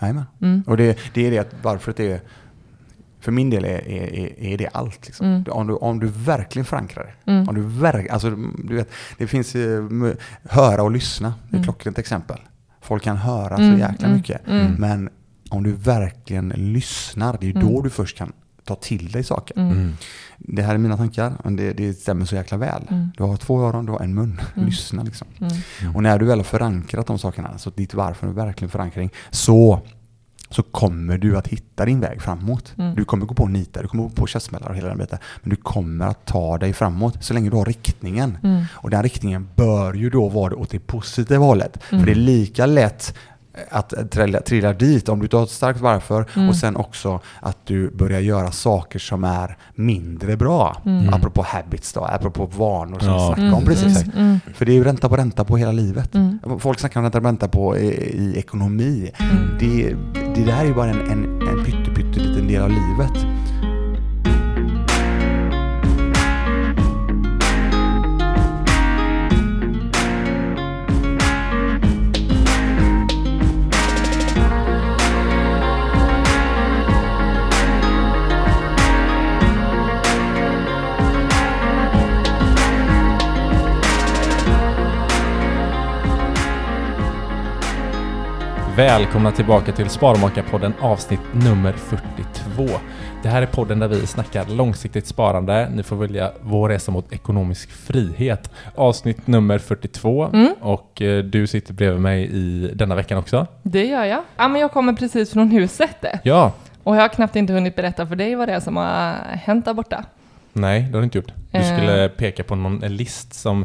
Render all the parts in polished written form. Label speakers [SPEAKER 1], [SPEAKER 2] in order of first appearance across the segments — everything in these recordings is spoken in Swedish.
[SPEAKER 1] Jajamän. Och det är det att varför det är, för min del är det allt liksom. Om du verkligen förankrar det. Om du alltså du vet, det finns höra och lyssna. Det är klockrent exempel. Folk kan höra så jäkla mycket. Men om du verkligen lyssnar, det är då du först kan ta till dig saker. Det här är mina tankar, men det stämmer så jäkla väl. Du har 2 öron, du har en mun. Lyssna liksom. Och när du väl har förankrat de sakerna, så ditt varför är verkligen förankring, så kommer du att hitta din väg framåt. Du kommer gå på nitar, du kommer gå på käftsmällar och hela den biten. Men du kommer att ta dig framåt så länge du har riktningen. Och den riktningen bör ju då vara åt det positiva hållet. För det är lika lätt att trilla dit om du tar ett starkt varför och sen också att du börjar göra saker som är mindre bra. Apropå habits då, apropå vanor som vi snackade om precis. För det är ju ränta på hela livet. Folk snackar om ränta på i ekonomi. Det där är ju bara en pytteliten del av livet.
[SPEAKER 2] Välkomna tillbaka till Sparmakarpodden avsnitt nummer 42. Det här är podden där vi snackar långsiktigt sparande. Ni får välja vår resa mot ekonomisk frihet. Avsnitt nummer 42. Och du sitter bredvid mig i denna veckan också.
[SPEAKER 3] Det gör jag. Ja, men jag kommer precis från huset.
[SPEAKER 2] Ja.
[SPEAKER 3] Och jag har knappt inte hunnit berätta för dig vad det är som har hänt där borta.
[SPEAKER 2] Nej, det har du inte gjort. Du skulle peka på en list som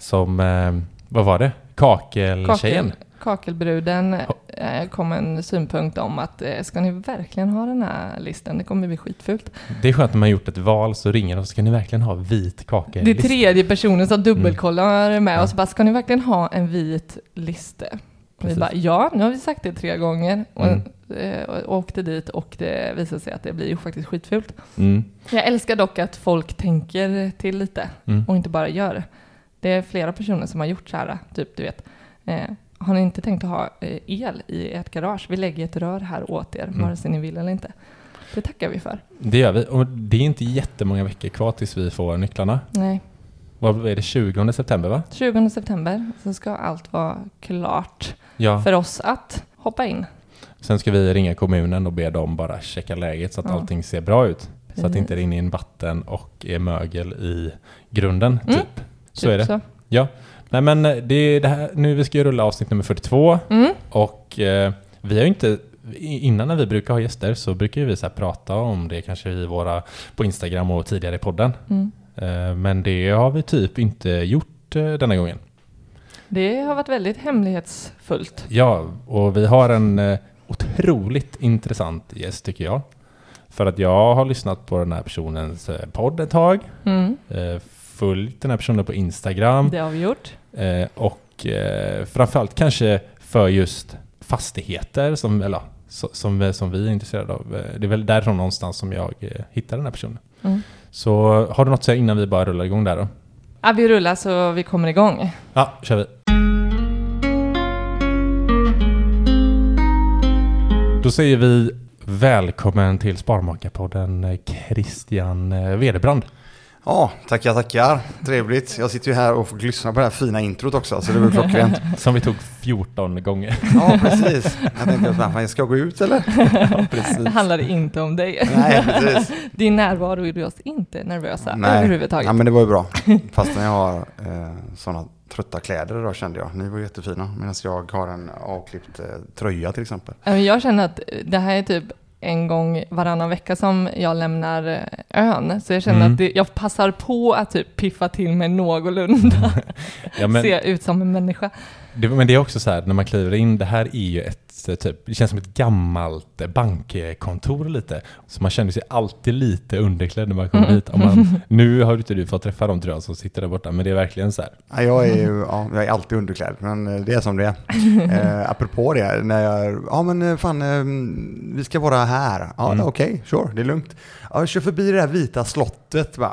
[SPEAKER 2] vad var det? Kakeltjejen.
[SPEAKER 3] Kakelbruden kom en synpunkt om att ska ni verkligen ha den här listan? Det kommer bli skitfult.
[SPEAKER 2] Det är skönt när man har gjort ett val så ringer de. Ska ni verkligen ha vit kakel?
[SPEAKER 3] Det är tredje personen som dubbelkollar med oss. Bara, ska ni verkligen ha en vit lista? Vi bara, ja, nu har vi sagt det 3 gånger. Och åkte dit och det visade sig att det blir ju faktiskt skitfult. Jag älskar dock att folk tänker till lite och inte bara gör det. Det är flera personer som har gjort så här, typ du vet... har ni inte tänkt att ha el i ert garage? Vi lägger ett rör här åt er, vare sig ni vill eller inte. Det tackar vi för.
[SPEAKER 2] Det gör vi. Och det är inte jättemånga veckor kvar tills vi får nycklarna.
[SPEAKER 3] Nej.
[SPEAKER 2] Vad är det? 20 september va?
[SPEAKER 3] 20 september så ska allt vara klart för oss att hoppa in.
[SPEAKER 2] Sen ska vi ringa kommunen och be dem bara checka läget så att allting ser bra ut. Så att det inte rinner in vatten och är mögel i grunden typ. Så är det. Så. Ja. Nej men det är det här, nu vi ska ju rulla avsnitt nummer 42 och vi har ju inte, innan när vi brukar ha gäster så brukar vi så här prata om det kanske i på Instagram och tidigare i podden. Men det har vi typ inte gjort denna gången.
[SPEAKER 3] Det har varit väldigt hemlighetsfullt.
[SPEAKER 2] Ja, och vi har en otroligt intressant gäst tycker jag. För att jag har lyssnat på den här personens podd ett tag. Följt den här personen på Instagram.
[SPEAKER 3] Det har vi gjort.
[SPEAKER 2] Och framförallt kanske för just fastigheter som vi är intresserade av. Det är väl därifrån någonstans som jag hittar den här personen. Så har du något att säga innan vi bara rullar igång där då?
[SPEAKER 3] Ja, vi rullar så vi kommer igång.
[SPEAKER 2] Ja, kör vi. Då säger vi välkommen till Sparmakarpodden Christian Wederbrand.
[SPEAKER 1] Ja, tackar. Trevligt. Jag sitter ju här och får lyssna på det här fina introt också, så det var klockrent.
[SPEAKER 2] Som vi tog 14 gånger.
[SPEAKER 1] Ja, precis. Jag tänkte att ska jag gå ut eller?
[SPEAKER 3] Ja, precis. Det handlar inte om dig.
[SPEAKER 1] Nej, precis.
[SPEAKER 3] Din närvaro är oss inte nervösa överhuvudtaget.
[SPEAKER 1] Ja, men det var ju bra. Fast när jag har sådana trötta kläder idag kände jag. Ni var jättefina. Medan jag har en avklippt tröja till exempel.
[SPEAKER 3] Jag känner att det här är typ en gång varannan vecka som jag lämnar ön. Så jag känner att jag passar på att typ piffa till mig någorlunda. Se ut som en människa.
[SPEAKER 2] Men det är också så här, när man kliver in, det här är ju det känns som ett gammalt bankkontor lite. Så man känner sig alltid lite underklädd när man kommer hit. Nu har inte du fått träffa dem tror jag som sitter där borta, men det är verkligen så här.
[SPEAKER 1] Ja, jag är alltid underklädd, men det är som det är. Apropå det, när vi ska vara här. Ja, okej, sure, det är lugnt. Ja, jag kör förbi det här vita slottet. Va?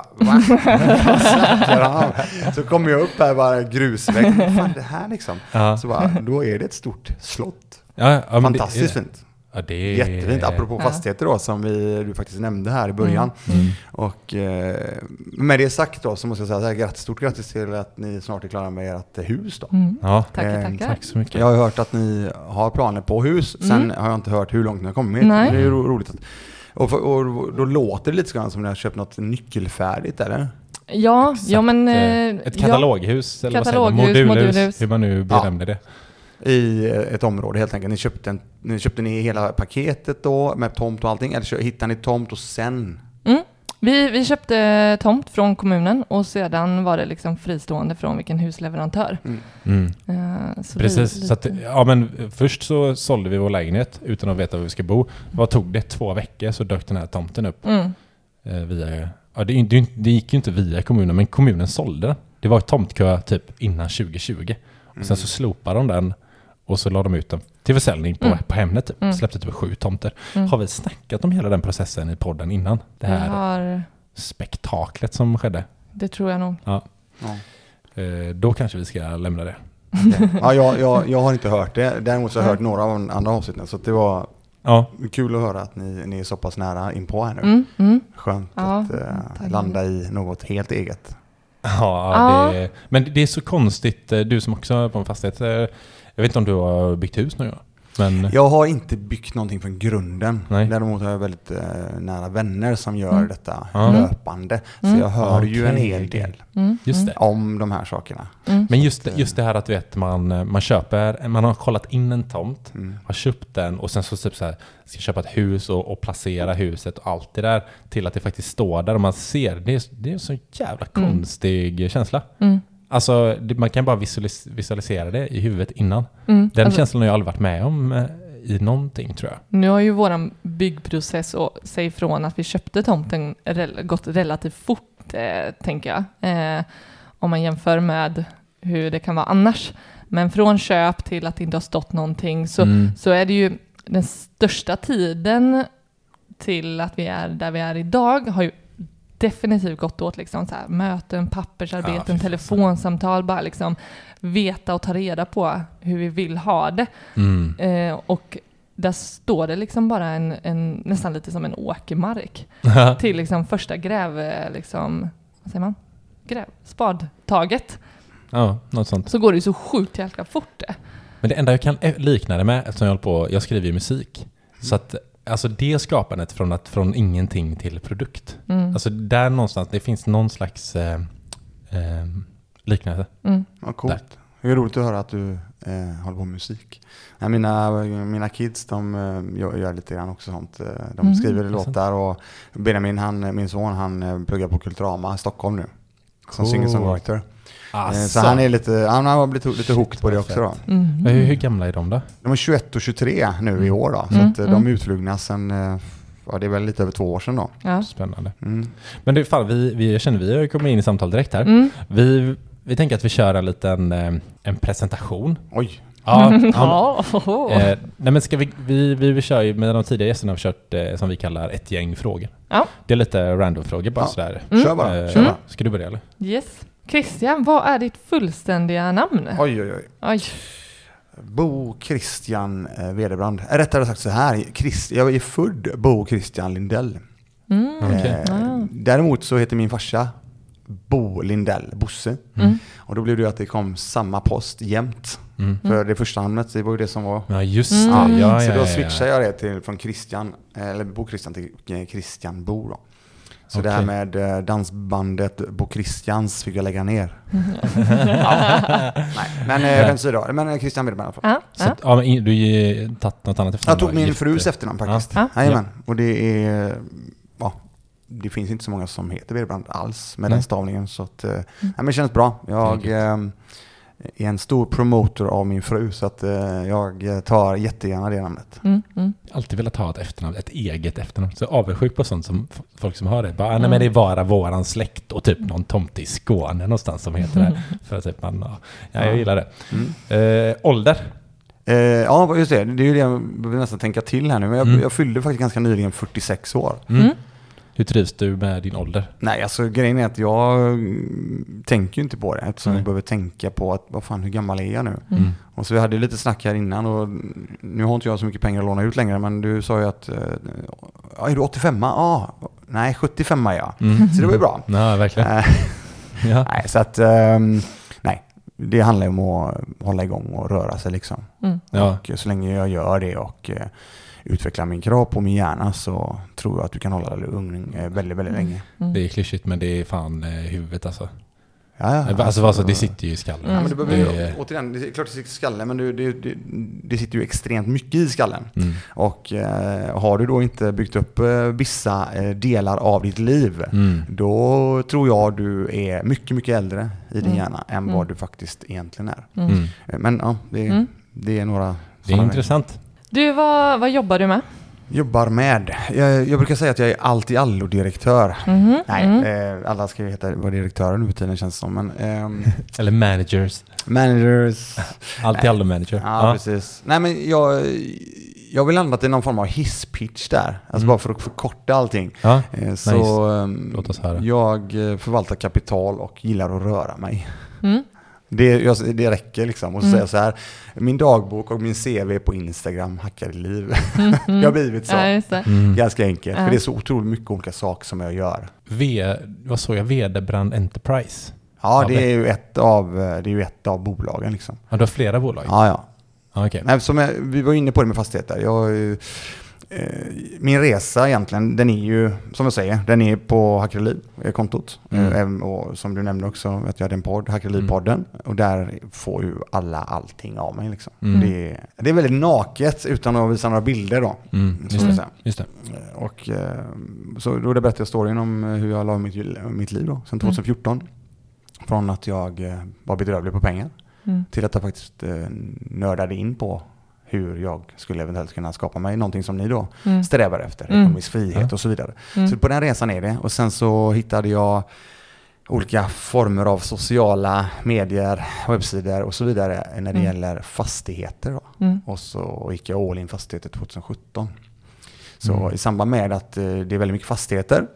[SPEAKER 1] Så kommer jag upp här, bara grusvägg. Vad fan det här liksom? Så då är det ett stort slott.
[SPEAKER 2] Ja,
[SPEAKER 1] fantastiskt fint.
[SPEAKER 2] Ja, det är
[SPEAKER 1] jättefint. Apropå fastigheter då, som du faktiskt nämnde här i början. Och med det sagt då, så måste jag säga så här, stort grattis till att ni snart är klara med ert hus då.
[SPEAKER 2] Ja,
[SPEAKER 3] tackar.
[SPEAKER 2] Tack så mycket.
[SPEAKER 1] Jag har hört att ni har planer på hus. Sen har jag inte hört hur långt ni har kommit.
[SPEAKER 3] Nej.
[SPEAKER 1] Det är ju roligt. Och då låter det lite grann som när jag köpt något nyckelfärdigt, eller?
[SPEAKER 3] Ja, men...
[SPEAKER 2] ett kataloghus, eller
[SPEAKER 3] kataloghus, modulhus.
[SPEAKER 2] Hur man nu benämner det.
[SPEAKER 1] I ett område helt enkelt. Ni köpte ni hela paketet då med tomt och allting? Eller hittade ni tomt och sen?
[SPEAKER 3] Vi köpte tomt från kommunen och sedan var det liksom fristående från vilken husleverantör.
[SPEAKER 2] Precis. Så att, men först så sålde vi vår lägenhet utan att veta var vi ska bo. Vad tog det? 2 veckor så dök den här tomten upp. Det gick ju inte via kommunen, men kommunen sålde den. Det var ett tomtkö typ innan 2020. Och sen så slopade de den och så la de ut den till försäljning på Hemnet. Typ. Släppte typ 7 tomter. Har vi snackat om hela den processen i podden innan? Det här spektaklet som skedde.
[SPEAKER 3] Det tror jag nog.
[SPEAKER 2] Ja. Då kanske vi ska lämna det.
[SPEAKER 1] Ja, jag har inte hört det. Däremot så har jag hört några av andra avsnitten. Så det var kul att höra att ni är så pass nära in på här nu. Skönt att landa i något helt eget.
[SPEAKER 2] Men det är så konstigt. Du som också är på en fastighet. Jag vet inte om du har byggt hus nu. Men...
[SPEAKER 1] Jag har inte byggt någonting från grunden.
[SPEAKER 2] Nej.
[SPEAKER 1] Däremot har jag väldigt nära vänner som gör detta löpande. Så jag hör ju en hel del om de här sakerna.
[SPEAKER 2] Men just det här att vet, man har kollat in en tomt, har köpt den och sen så typ så här, ska köpa ett hus och placera huset och allt det där till att det faktiskt står där och man ser. Det är en så jävla konstig känsla. Alltså, man kan bara visualisera det i huvudet innan. Den känslan har jag aldrig varit med om i någonting, tror jag.
[SPEAKER 3] Nu har ju våran byggprocess och säg från att vi köpte tomten gått relativt fort, tänker jag. Om man jämför med hur det kan vara annars. Men från köp till att det inte har stått någonting så är det ju den största tiden till att vi är där vi är idag har ju definitivt gått åt liksom så här, möten, pappersarbeten, telefonsamtal, bara liksom veta och ta reda på hur vi vill ha det. Och där står det liksom bara en nästan lite som en åkermark till liksom första spadtaget.
[SPEAKER 2] Ja, något sånt.
[SPEAKER 3] Så går det ju så sjukt jäkla fort det.
[SPEAKER 2] Men det enda jag kan likna det med, eftersom jag skriver ju musik, så att alltså det skapandet från ingenting till produkt. Alltså där någonstans, det finns någon slags liknande.
[SPEAKER 1] Ja, coolt. Det är roligt att höra att du håller på med musik. Ja, mina kids, de gör lite grann också sånt. De skriver låtar och Benjamin, min son, han pluggar på Kulturama i Stockholm nu. Som singer-songwriter. Så han har blivit lite hooked på det också då.
[SPEAKER 2] Hur gamla är de då?
[SPEAKER 1] De är 21 och 23 nu i år då. Så att de är utflugna sen, det är väl lite över 2 år sedan då.
[SPEAKER 3] Ja.
[SPEAKER 2] Spännande. Men det, fan, jag känner vi kommer in i samtal direkt här. Vi tänker att vi kör en liten en presentation.
[SPEAKER 1] Oj.
[SPEAKER 2] Nej, men ska vi kör ju med de tidigare gästerna har kört som vi kallar ett gäng frågor. Ja. Det är lite random frågor bara sådär.
[SPEAKER 1] Kör bara.
[SPEAKER 2] Ska du börja eller?
[SPEAKER 3] Yes. Christian, vad är ditt fullständiga namn?
[SPEAKER 1] Oj. Bo Christian Wederbrand. Rättare sagt så här. Jag är född Bo Christian Lindell. Däremot så heter min farsa Bo Lindell, Bosse. Och då blev det ju att det kom samma post jämt. För det första namnet, det var ju det som var...
[SPEAKER 2] Ja, just det.
[SPEAKER 1] Så då switchade jag det från Christian, eller Bo Christian till Christian Bo då. Så det här med dansbandet Bo Christians fick jag lägga ner. Men vem säger då? Men Christian Wederbrand i alla
[SPEAKER 2] fall. Men du har tagit något annat efternamn?
[SPEAKER 1] Jag tog min frus efternamn faktiskt. Och det är... det finns inte så många som heter Wederbrand alls med den stavningen. Så att, men det känns bra. Jag är en stor promotor av min fru så att jag tar jättegärna det namnet.
[SPEAKER 2] Alltid velat ha ett efternamn, ett eget efternamn. Så avundsjuk på sånt som folk som har det. Bara, men det är bara våran släkt och typ någon tomte i Skåne någonstans som heter det. För att typ jag gillar det. Ålder?
[SPEAKER 1] Ja, just det. Det är ju det jag vill nästan tänka till här nu. Men jag fyllde faktiskt ganska nyligen 46 år.
[SPEAKER 2] Hur trivs du med din ålder?
[SPEAKER 1] Nej, alltså grejen är att jag tänker ju inte på det eftersom jag behöver tänka på att hur gammal är jag nu? Och så vi hade lite snack här innan och nu har inte jag så mycket pengar att låna ut längre, men du sa ju att är du 85? Nej, 75 ja. Så det var ju bra.
[SPEAKER 2] Ja, verkligen. Ja.
[SPEAKER 1] Nej, så att nej, det handlar ju om att hålla igång och röra sig liksom.
[SPEAKER 2] Ja.
[SPEAKER 1] Och så länge jag gör det och utvecklar min kropp och min hjärna så tror jag att du kan hålla dig ung väldigt, väldigt länge.
[SPEAKER 2] Det är klyschigt, men det är fan huvudet alltså.
[SPEAKER 1] Ja,
[SPEAKER 2] alltså det sitter ju i skallen.
[SPEAKER 1] Ja, men återigen, det är klart det sitter i skallen, men det sitter ju extremt mycket i skallen. Och har du då inte byggt upp vissa delar av ditt liv, då tror jag du är mycket, mycket äldre i din hjärna än vad du faktiskt egentligen är. Men ja, det är några...
[SPEAKER 2] Det är intressant.
[SPEAKER 3] Du, vad jobbar du med?
[SPEAKER 1] Jobbar med. Jag brukar säga att jag är allt-i-allo-direktör. Nej, alla ska ju vara direktörer nu för tiden känns det som. Men,
[SPEAKER 2] eller managers. Allt-i-allo-manager.
[SPEAKER 1] Ja, precis. Nej, men jag vill landa till någon form av hisspitch där. Alltså bara för att förkorta allting.
[SPEAKER 2] Ja,
[SPEAKER 1] så
[SPEAKER 2] låt oss höra.
[SPEAKER 1] Jag förvaltar kapital och gillar att röra mig. Det räcker liksom. Och så säga så här, min dagbok och min CV på Instagram hackar i liv. Det har blivit så. Ganska enkelt. För det är så otroligt mycket olika saker som jag gör.
[SPEAKER 2] Vad såg jag? Vederbrand Enterprise?
[SPEAKER 1] Ja, det är ju ett av bolagen liksom.
[SPEAKER 2] Ja, du har flera bolag?
[SPEAKER 1] Ja.
[SPEAKER 2] Okay.
[SPEAKER 1] Nej, vi var inne på det med fastigheter. Min resa egentligen, den är ju, som jag säger, den är på Hackerliv-kontot. Och som du nämnde också, att jag hade en podd, Hackerliv-podden. Och där får ju allting av mig liksom. Det är väldigt naket utan att visa några bilder då.
[SPEAKER 2] Just det.
[SPEAKER 1] Och så då berättade jag storyn om hur jag la mitt liv då, sen 2014. Från att jag var bedrövlig på pengar till att jag faktiskt nördade in på hur jag skulle eventuellt kunna skapa mig någonting som ni då strävar efter, ekonomisk frihet och så vidare. Så på den resan är det. Och sen så hittade jag olika former av sociala medier, webbsidor och så vidare när det gäller fastigheter då. Och så gick jag all in fastigheter 2017. Så i samband med att det är väldigt mycket fastigheter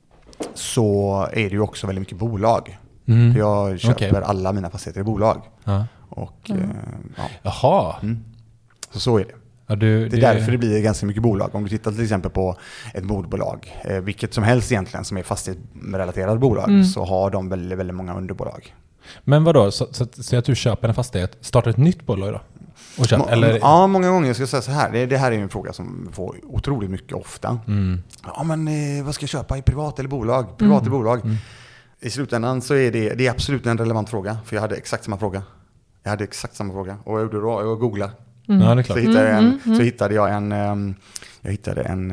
[SPEAKER 1] så är det ju också väldigt mycket bolag. För jag köper alla mina fastigheter i bolag. Och
[SPEAKER 2] Jaha.
[SPEAKER 1] Så är det.
[SPEAKER 2] Ja,
[SPEAKER 1] det är därför det blir ganska mycket bolag. Om du tittar till exempel på ett mordbolag, vilket som helst egentligen som är fastighetsrelaterade bolag, så har de väldigt, väldigt många underbolag.
[SPEAKER 2] Men vadå? Så att du köper en fastighet, startar ett nytt bolag då? Och eller?
[SPEAKER 1] Ja, många gånger. Jag ska säga så här. Det här är en fråga som får otroligt mycket ofta. Ja, men vad ska jag köpa? I privat eller bolag? Privat eller bolag? I slutändan så är det är absolut en relevant fråga. För jag hade exakt samma fråga. Och jag gjorde då, jag googlade.
[SPEAKER 2] Ja, det är klart.
[SPEAKER 1] Så hittade jag en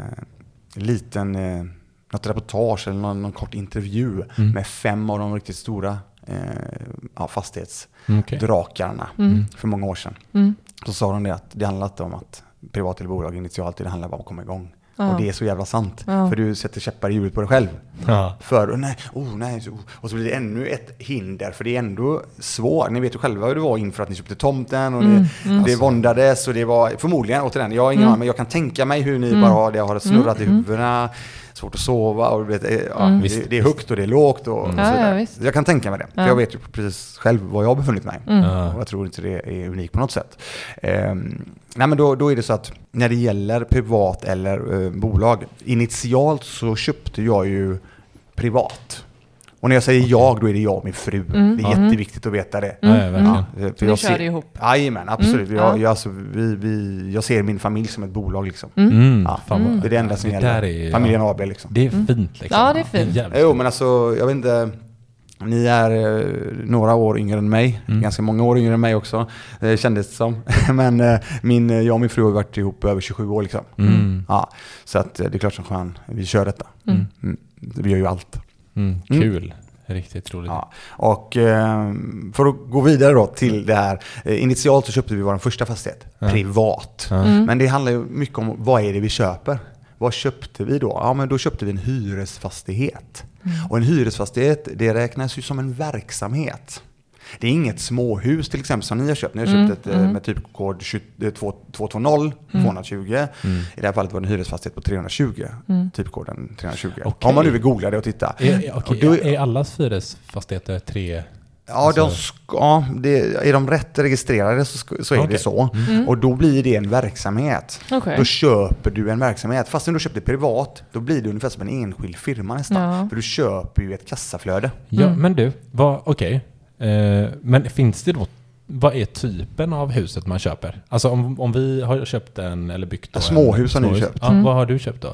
[SPEAKER 1] liten något reportage eller någon kort intervju med 5 av de riktigt stora fastighetsdrakarna för många år sedan. Så sa de det att det handlar inte om att privat eller bolag initialt, det handlar bara om att komma igång. Och det är så jävla sant. För du sätter käppar i hjulet på dig själv. Och så blir det ännu ett hinder. För det är ändå svårt. Ni vet ju själva hur det var inför att ni köpte tomten. Och det våndades. Och det var förmodligen, återigen, jag har ingen aning, men jag kan tänka mig hur ni bara har snurrat i huvudena. Svårt att sova. Och det är högt och det är lågt. Och så vidare. Jag kan tänka mig det. För jag vet ju precis själv var jag har befunnit mig. Och jag tror inte det är unikt på något sätt. Nej, men då är det så att när det gäller privat eller bolag, initialt så köpte jag ju privat. Och när jag säger då är det jag och min fru. Det är jätteviktigt att veta det.
[SPEAKER 3] För jag kör ihop.
[SPEAKER 1] Jajamän, absolut. Jag ser min familj som ett bolag liksom. Det är det enda som gäller. Familjen AB liksom.
[SPEAKER 2] Det är fint liksom.
[SPEAKER 3] Ja, det är fint.
[SPEAKER 1] Jo, men alltså, jag vet inte. Ni är några år yngre än mig. Ganska många år yngre än mig också. Kändes det som. Men jag och min fru har varit ihop över 27 år liksom. Så att det är klart som fan vi kör detta. Vi gör ju allt.
[SPEAKER 2] Kul. Riktigt roligt.
[SPEAKER 1] Ja. Och för att gå vidare då till det här. Initialt så köpte vi vår första fastighet. Privat. Men det handlar ju mycket om vad är det vi köper. Vad köpte vi då? Ja, men då köpte vi en hyresfastighet. Och en hyresfastighet, det räknas ju som en verksamhet. Det är inget småhus till exempel som ni har köpt. Ni har köpt ett med typkod 220 220. I det här fallet var det en hyresfastighet på 320. Typkoden 320.
[SPEAKER 2] Okay.
[SPEAKER 1] Om man nu vill googla det och titta.
[SPEAKER 2] Är allas hyresfastigheter 3?
[SPEAKER 1] Ja, är de rätt registrerade så är det så. Och då blir det en verksamhet. Då köper du en verksamhet. Fast om du köper det privat, då blir det ungefär som en enskild firma nästan. För du köper ju ett kassaflöde.
[SPEAKER 2] Ja, men du, men finns det då, vad är typen av huset man köper? Alltså om vi har köpt en eller byggt då
[SPEAKER 1] småhus har ni köpt.
[SPEAKER 2] Ja, vad har du köpt då?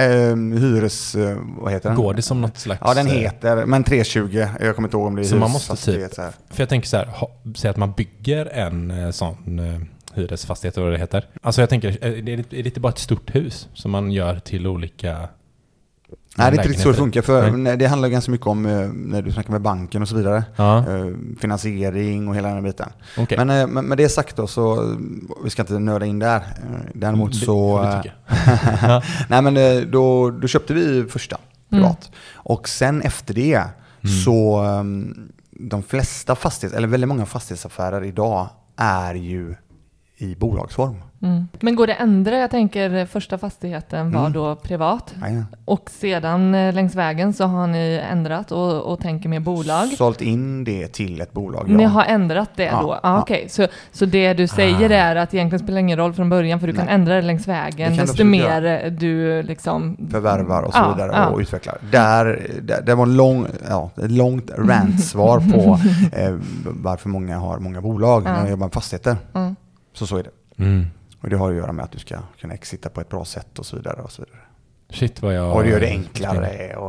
[SPEAKER 1] Vad heter den?
[SPEAKER 2] Går det som något slags...
[SPEAKER 1] Ja, den heter, men 320. Jag kommer inte ihåg om det är
[SPEAKER 2] så man måste
[SPEAKER 1] typ, så här.
[SPEAKER 2] För jag tänker så här, säg att man bygger en sån hyresfastighet, eller vad det heter. Alltså jag tänker, är det inte bara ett stort hus som man gör till olika...
[SPEAKER 1] Nej, det är inte riktigt så det funkar, för det handlar ganska mycket om när du snackar med banken och så vidare. Finansiering och hela den biten. Okay. Men med det sagt då, så vi ska inte nörda in där. Däremot så... Nej, men då köpte vi första privat. Och sen efter det så de flesta eller väldigt många fastighetsaffärer idag är ju i bolagsform.
[SPEAKER 3] Men går det ändra? Jag tänker första fastigheten var då privat. Och sedan längs vägen så har ni ändrat och tänker med bolag.
[SPEAKER 1] Sålt in det till ett bolag.
[SPEAKER 3] Ni har ändrat det då? Okej. Så det du säger är att egentligen spelar ingen roll från början, för du kan ändra det längs vägen. Desto mer du liksom...
[SPEAKER 1] förvärvar och så vidare och utvecklar. Det var ett långt rantsvar på varför många har många bolag när de jobbar med fastigheter. Så är det. Och det har att göra med att du ska kunna exita på ett bra sätt och så vidare och så vidare.
[SPEAKER 2] Shit,
[SPEAKER 1] och det gör det enklare och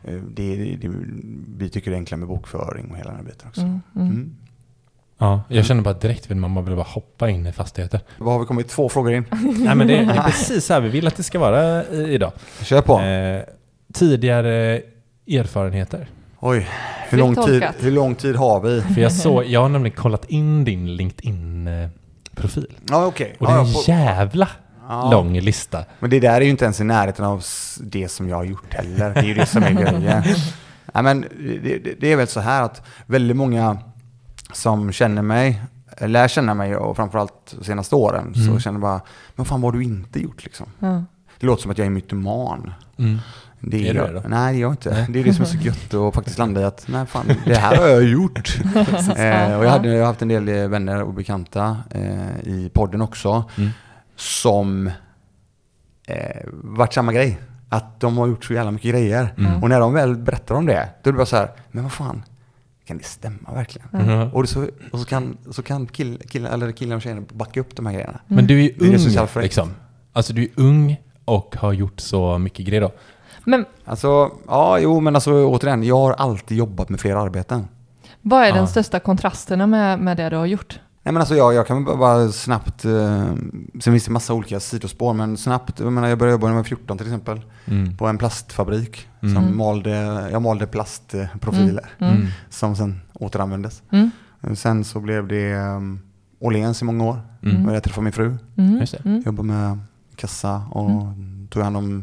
[SPEAKER 1] vi tycker det är enklare med bokföring och hela den här biten också.
[SPEAKER 2] Ja, jag känner bara direkt vill man vill bara hoppa in i fastigheter.
[SPEAKER 1] Vad har vi kommit 2 frågor in?
[SPEAKER 2] Nej, men det är precis så här vi vill att det ska vara idag.
[SPEAKER 1] Kör på.
[SPEAKER 2] Tidigare erfarenheter.
[SPEAKER 1] Oj, hur lång tid har vi?
[SPEAKER 2] För jag har nämligen kollat in din LinkedIn profil.
[SPEAKER 1] Ja, okej.
[SPEAKER 2] Och det är en jävla lång lista.
[SPEAKER 1] Men det där är ju inte ens i närheten av det som jag har gjort heller. Det är ju det som är grejen. Ja, men det är väl så här att väldigt många som lär känna mig och framförallt de senaste åren så känner bara, men fan, vad har du inte gjort liksom? Det låter som att jag är mytoman. Det är det då? Nej, det är jag inte. Nej. Det är det som är så gött att faktiskt landa i att nej fan, det här har jag gjort. Och jag har haft en del vänner och bekanta i podden också som varit samma grej. Att de har gjort så jävla mycket grejer. Och när de väl berättar om det, då är det bara så här, men vad fan, kan det stämma verkligen? Och så kan killar och tjejer backa upp de här grejerna.
[SPEAKER 2] Men du är ju ung liksom. Alltså du är ung och har gjort så mycket grejer då.
[SPEAKER 3] Men
[SPEAKER 1] återigen, jag har alltid jobbat med flera arbeten.
[SPEAKER 3] Vad är den största kontrasterna med det du har gjort?
[SPEAKER 1] Nej, men alltså jag kan bara snabbt, sen finns det massa olika sidospår, men snabbt, jag började jobba när jag var 14 till exempel, på en plastfabrik som malde plastprofiler som sen återanvändes. Sen så blev det Åhléns i många år, och jag träffade min fru. Jobbade med kassa och tog hand om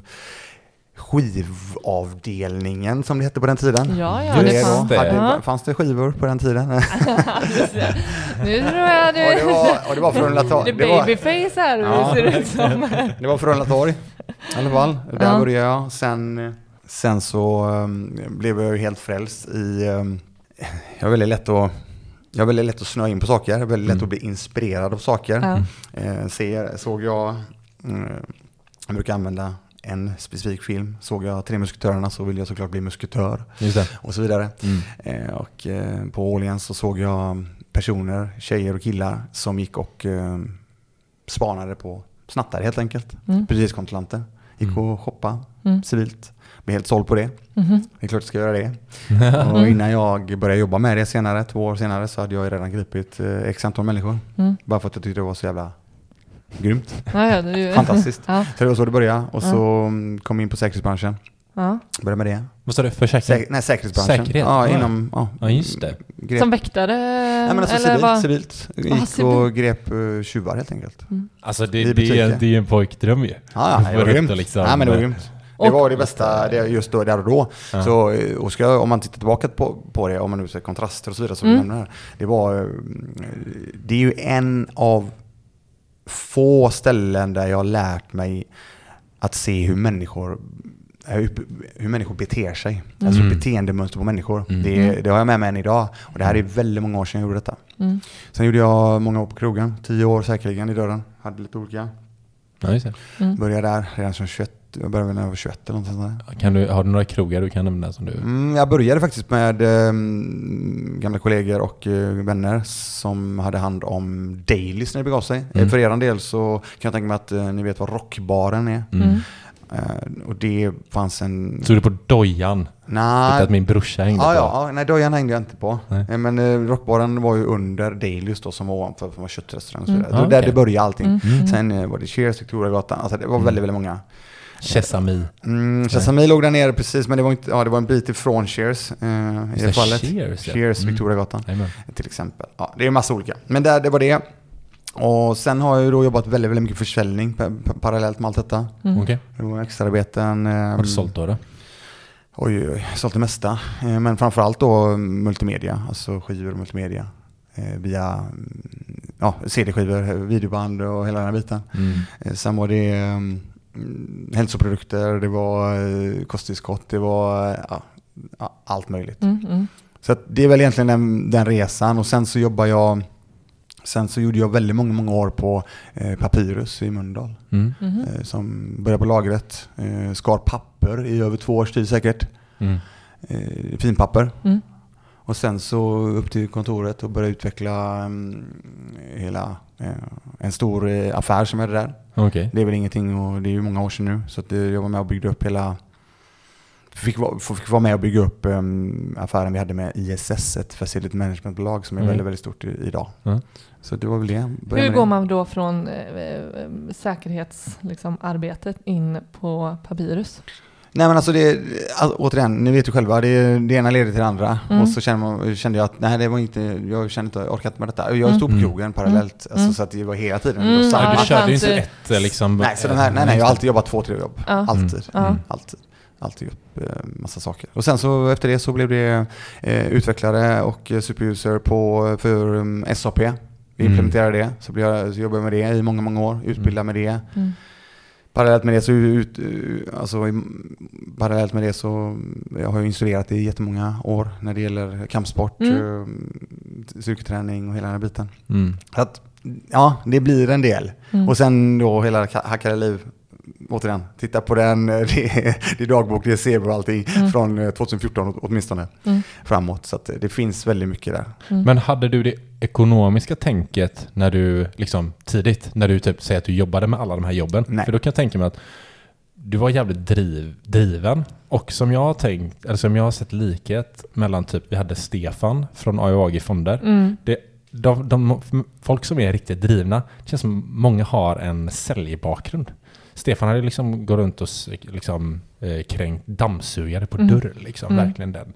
[SPEAKER 1] skivavdelningen som det hette på den tiden.
[SPEAKER 3] Ja, det fanns det.
[SPEAKER 1] Fanns det skivor på den tiden?
[SPEAKER 3] Nu tror jag du...
[SPEAKER 1] Och det var från Latorg.
[SPEAKER 3] Det babyface här, ser ut som.
[SPEAKER 1] Det var från Latorg i alla fall. Där började jag. Sen så blev jag helt frälst i... Jag är väldigt lätt att snöa in på saker. Jag är väldigt lätt att bli inspirerad av saker. Jag brukar använda en specifik film. Såg jag 3 musketörerna så vill jag såklart bli musketör. Och så vidare. Och på Åhléns så såg jag personer, tjejer och killar som gick och spanade på snattare helt enkelt. Precis-kontrollanter. Gick och shoppa civilt. Blev helt såld på det. Det är klart jag ska göra det. Och innan jag började jobba med det senare, 2 år senare, så hade jag redan gripit x antal människor. Bara för att jag tyckte det var så jävla grymt. Fantastiskt. Så det var så det började. Och så kom jag in på säkerhetsbranschen. Började med det.
[SPEAKER 2] Vad sa du? Försäkring?
[SPEAKER 1] Säkerhetsbranschen.
[SPEAKER 2] Säkerhet?
[SPEAKER 1] Ja,
[SPEAKER 2] just det.
[SPEAKER 3] Som väktare?
[SPEAKER 1] Nej, men alltså civilt. Gick och grep tjuvar helt enkelt.
[SPEAKER 2] Alltså det är en pojkdröm ju.
[SPEAKER 1] Ja, det var grymt.
[SPEAKER 2] Liksom.
[SPEAKER 1] Ja, men det var grymt. Det var det bästa just då, där och då. Ja. Så, och om man tittar tillbaka på det, om man nu ser kontraster och så vidare, så det är ju en av få ställen där jag har lärt mig att se hur människor beter sig. Alltså beteendemönster på människor. Det har jag med mig än idag. Och det här är väldigt många år sedan jag gjorde detta. Sen gjorde jag många år på krogen. 10 år säkerligen i dörren. Hade lite olika.
[SPEAKER 2] Ja, just det.
[SPEAKER 1] Började där redan som 21. Jag började när jag var 21 eller något sånt där.
[SPEAKER 2] Har du några krogar du kan nämna som du...
[SPEAKER 1] Jag började faktiskt med gamla kollegor och vänner som hade hand om dailies när det begav sig. För er del så kan jag tänka mig att ni vet vad rockbaren är. Och det fanns en...
[SPEAKER 2] Så du på dojan?
[SPEAKER 1] Nej.
[SPEAKER 2] Att min brorsa hängde på?
[SPEAKER 1] Ja, nej, dojan hängde jag inte på. Men rockbaren var ju under Dailies då, som var ovanför, för var köttrestaurang och så vidare. Det var där det började allting. Sen var det Cheers, Victoriagatan. Alltså det var väldigt, väldigt många.
[SPEAKER 2] Sesame.
[SPEAKER 1] Sesame låg där nere precis, men det var inte, det var en bit ifrån Cheers i det fallet. Cheers, Victoriagatan till exempel. Ja, det är en massa olika. Men det var det. Och sen har jag ju då jobbat väldigt, väldigt mycket försäljning parallellt med allt detta.
[SPEAKER 2] Okay.
[SPEAKER 1] Det var extraarbeten.
[SPEAKER 2] Har du sålt då?
[SPEAKER 1] Oj, sålt det mesta. Men framförallt då multimedia, alltså skivor och multimedia. Via CD-skivor, videoband och hela den här biten. Sen var det hälsoprodukter, det var kosttillskott, det var allt möjligt. Så att det är väl egentligen den resan. Och sen så gjorde jag väldigt många år på Papyrus i Mölndal. Som började på lagret. Skar papper i över 2 års tid säkert. Finpapper. Och sen så upp till kontoret och började utveckla hela en stor affär som är där.
[SPEAKER 2] Okay.
[SPEAKER 1] Det är väl ingenting, och det är ju många år sedan nu. Så att jag var med och byggde upp hela... Fick vara med och bygga upp affären vi hade med ISS, ett facility managementbolag som är väldigt, väldigt stort idag. Så det var väl det.
[SPEAKER 3] Hur går man då från säkerhetsarbetet in på Papyrus?
[SPEAKER 1] Nej, men alltså återigen, ni vet ju själva, det ena leder till det andra. Och så kände jag att nej, det var inte, jag kände inte, orkat inte med detta. Jag stod på krogen parallellt, alltså, så att det var hela tiden.
[SPEAKER 2] Du körde ju inte ett liksom...
[SPEAKER 1] Nej, så nej, jag har alltid jobbat 2-3 jobb. Alltid upp massa saker. Och sen så efter det så blev det utvecklare och superuser för SAP. Vi implementerade det, så jobbade jag med det i många år, utbildade med det. Parallellt med det så jag har jag instruerat i jättemånga år när det gäller kampsport, styrketräning och hela den här biten. Så att, det blir en del. Och sen då hela Hackade liv. Återigen, titta på den, det är dagbok, det är Zebra och allting från 2014 åtminstone framåt. Så att det finns väldigt mycket där.
[SPEAKER 2] Men hade du det ekonomiska tänket när du liksom tidigt, när du typ säger att du jobbade med alla de här jobben?
[SPEAKER 1] Nej.
[SPEAKER 2] För då kan jag tänka mig att du var jävligt driven. Och som jag har tänkt, eller som jag har sett likhet mellan typ, vi hade Stefan från AIAG Fonder. De folk som är riktigt drivna, det känns som många har en säljbakgrund. Stefan hade liksom gått runt och liksom kränkt dammsugare på dörr liksom, verkligen den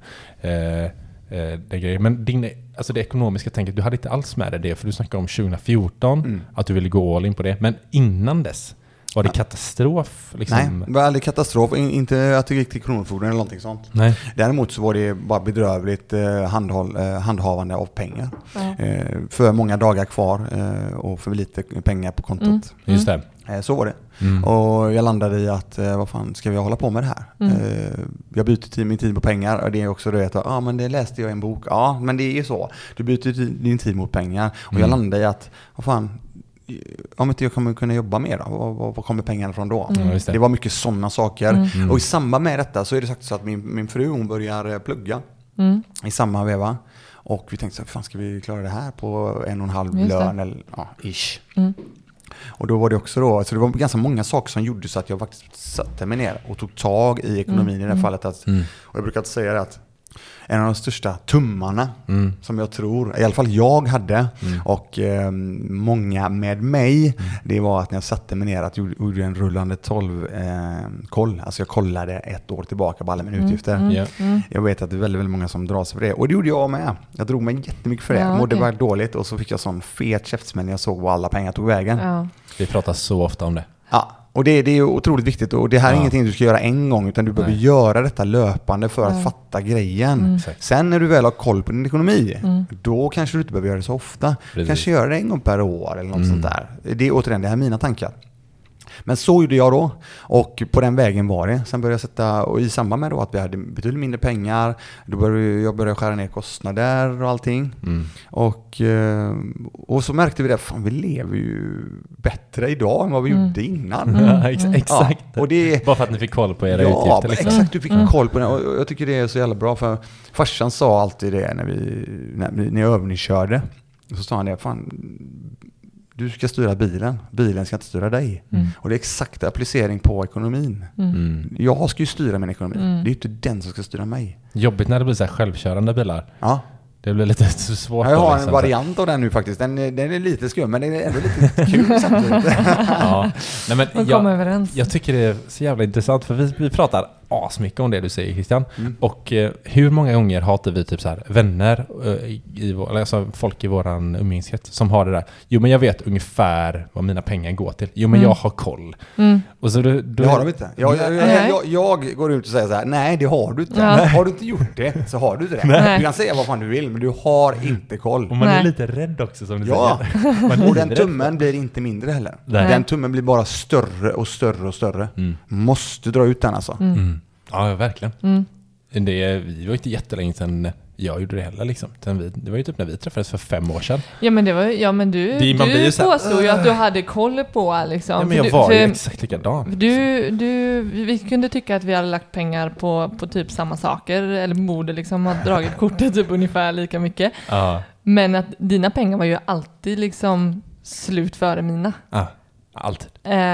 [SPEAKER 2] grejen. Men det ekonomiska tänket, du hade inte alls med dig det, för du snackade om 2014 att du ville gå all in på det, men innan dess var det katastrof liksom?
[SPEAKER 1] Nej, det var aldrig katastrof, inte att det gick till kronofogden eller någonting sånt.
[SPEAKER 2] Nej.
[SPEAKER 1] Däremot så var det bara bedrövligt handhavande av pengar. För många dagar kvar och för lite pengar på kontot.
[SPEAKER 2] Just det.
[SPEAKER 1] Så var det. Och jag landade i att vad fan ska vi hålla på med det här? Jag byter min tid på pengar, och det är också det att men det läste jag i en bok. Ja, men det är ju så. Du byter din tid mot pengar. Och jag landade i att vad fan, om inte jag kommer kunna jobba mer då, vad kommer pengarna från då? Det var mycket sådana saker. Och i samband med detta så är det sagt så att min fru, hon börjar plugga i samma veva. Och vi tänkte så här, fan ska vi klara det här på 1,5 lön eller ish. Och då var det också då, så det var ganska många saker som gjorde så att jag faktiskt satte mig ner och tog tag i ekonomin i det här fallet. Och jag brukar säga det att en av de största tummarna som jag tror, i alla fall jag hade och många med mig, det var att när jag satte mig ner att jag gjorde en rullande 12-koll. Alltså jag kollade 1 år tillbaka på alla mina utgifter. Jag vet att det är väldigt, väldigt många som drar sig för det. Och det gjorde jag med. Jag drog mig jättemycket för det. Mådde bara dåligt, och så fick jag sån fet käftsmäll när jag såg var alla pengar tog vägen.
[SPEAKER 2] Vi pratar så ofta om det.
[SPEAKER 1] Ja, Och det är ju otroligt viktigt, och det här är ingenting du ska göra en gång, utan du behöver göra detta löpande för att fatta grejen. Sen när du väl har koll på din ekonomi, då kanske du inte behöver göra det så ofta. Kanske göra det en gång per år eller något sånt där. Det är återigen, det här är mina tankar. Men så gjorde jag då, och på den vägen var det. Sen började jag sätta, och i samband med då att vi hade betydligt mindre pengar, då började jag skära ner kostnader och allting. Och så märkte vi det, fan, vi lever ju bättre idag än vad vi gjorde innan.
[SPEAKER 2] Ja, exakt.
[SPEAKER 1] Ja, och det,
[SPEAKER 2] bara för att ni fick koll på era utgifter. Liksom.
[SPEAKER 1] Exakt, du fick koll på det. Och jag tycker det är så jävla bra, för farsan sa alltid det när jag övningskörde. Så sa han det, fan, du ska styra bilen ska inte styra dig. Och det är exakt applicering på ekonomin. Jag ska ju styra min ekonomi. Det är ju inte den som ska styra mig.
[SPEAKER 2] Jobbigt när det blir så här självbilar bilar.
[SPEAKER 1] Ja.
[SPEAKER 2] Det blir lite svårt.
[SPEAKER 1] Jag har en variant av den nu faktiskt. Den är lite skum, men den är ändå lite kul samtidigt.
[SPEAKER 2] Nej, men jag tycker det är så jävla intressant, för vi pratar asmycket om det du säger, Christian. Och hur många gånger har inte vi typ så här vänner, alltså folk i våran umgängeskrets som har det där. Jo, men jag vet ungefär vad mina pengar går till. Jo, men jag har koll. Och så
[SPEAKER 1] det har de inte. Jag går ut och säger så här: nej, det har du inte. Har du inte gjort det, så har du inte det. Du kan säga vad fan du vill, men du har inte koll.
[SPEAKER 2] Och man är lite rädd också, som du säger.
[SPEAKER 1] Och den tummen blir inte mindre heller. Den tummen blir bara större och större och större. Måste dra ut den alltså.
[SPEAKER 2] Ja, verkligen. Vi var inte jättelänge sedan jag gjorde det heller liksom. Det var ju typ när vi träffades för 5 år sedan.
[SPEAKER 3] Ja, men det var men du påstod ju att du hade koll på liksom.
[SPEAKER 2] Ja, men jag var ju exakt likadan.
[SPEAKER 3] Vi kunde tycka att vi hade lagt pengar på typ samma saker, eller borde liksom ha dragit kortet typ ungefär lika mycket. Men att dina pengar var ju alltid liksom slut före mina.
[SPEAKER 2] Alltid.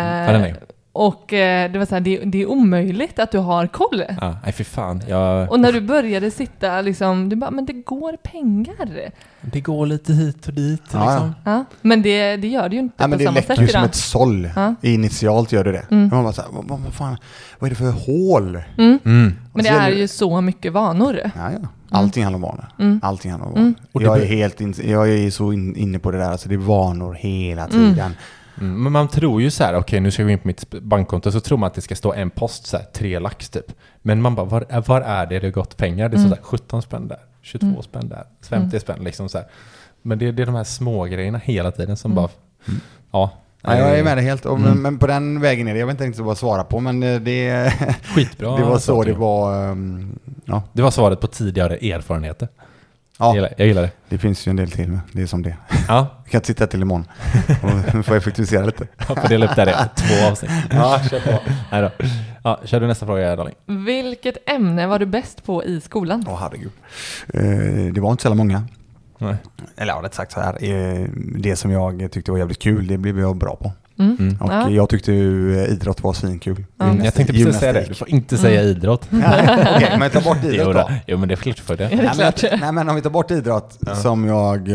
[SPEAKER 3] Och det var så här, det är omöjligt att du har koll.
[SPEAKER 2] Nej, för fan.
[SPEAKER 3] Och när du började sitta liksom, du bara, men det går pengar.
[SPEAKER 2] Det går lite hit och dit liksom.
[SPEAKER 3] Ja, men det gör det ju inte på samma sätt.
[SPEAKER 1] Det läcker ju som ett såll. Initialt gör det. Man bara så här, vad är det för hål?
[SPEAKER 3] Men det är ju så mycket vanor.
[SPEAKER 1] Ja. Allting handlar om vanor. Allting handlar om vanor. Och jag är så inne på det där, alltså det är vanor hela tiden.
[SPEAKER 2] Men man tror ju så här, okej, nu ska jag gå in på mitt bankkonto, så tror man att det ska stå en post så här, 3 lax typ. Men man bara, var är det gått pengar? Det är så där, 17 spänn där, 22 spänn där, 50 spänn liksom så här. Men det är de här små grejerna hela tiden som bara
[SPEAKER 1] Ja, jag är med det helt. Men på den vägen är det. Jag vet inte riktigt vad svara på, men det
[SPEAKER 2] skitbra.
[SPEAKER 1] Det var så det var.
[SPEAKER 2] Det var svaret på tidigare erfarenheter.
[SPEAKER 1] Ja,
[SPEAKER 2] jag gillar det.
[SPEAKER 1] Det finns ju en del till, men det är som det.
[SPEAKER 2] Ja.
[SPEAKER 1] Vi kan sitta till imorgon och få effektivisera lite.
[SPEAKER 2] Jag får dela upp det här 2 avsnitt. Ja, kör på. Nej då. Ja, kör du nästa fråga, Darling.
[SPEAKER 3] Vilket ämne var du bäst på i skolan?
[SPEAKER 1] Herregud. Det var inte så många.
[SPEAKER 2] Nej.
[SPEAKER 1] Eller rätt sagt så här. Det som jag tyckte var jävligt kul, det blev jag bra på. Och jag tyckte ju idrott var svinkul.
[SPEAKER 2] Jag tänkte precis säga det. Du får inte säga idrott.
[SPEAKER 1] Okej, men ta bort idrott då.
[SPEAKER 2] Jo, men det är klart för det.
[SPEAKER 1] Nej, men om vi tar bort idrott som jag...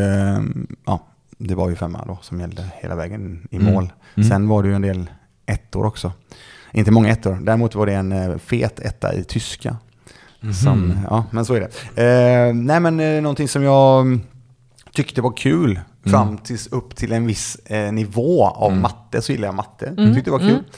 [SPEAKER 1] det var ju 5 då som gällde hela vägen i mål. Sen var det ju en del 1-år också. Inte många 1-år. Däremot var det en fet 1 i tyska. Men så är det. Nej, men någonting som jag tyckte var kul fram tills upp till en viss nivå av matte, så gillar jag matte. Jag tyckte det var kul.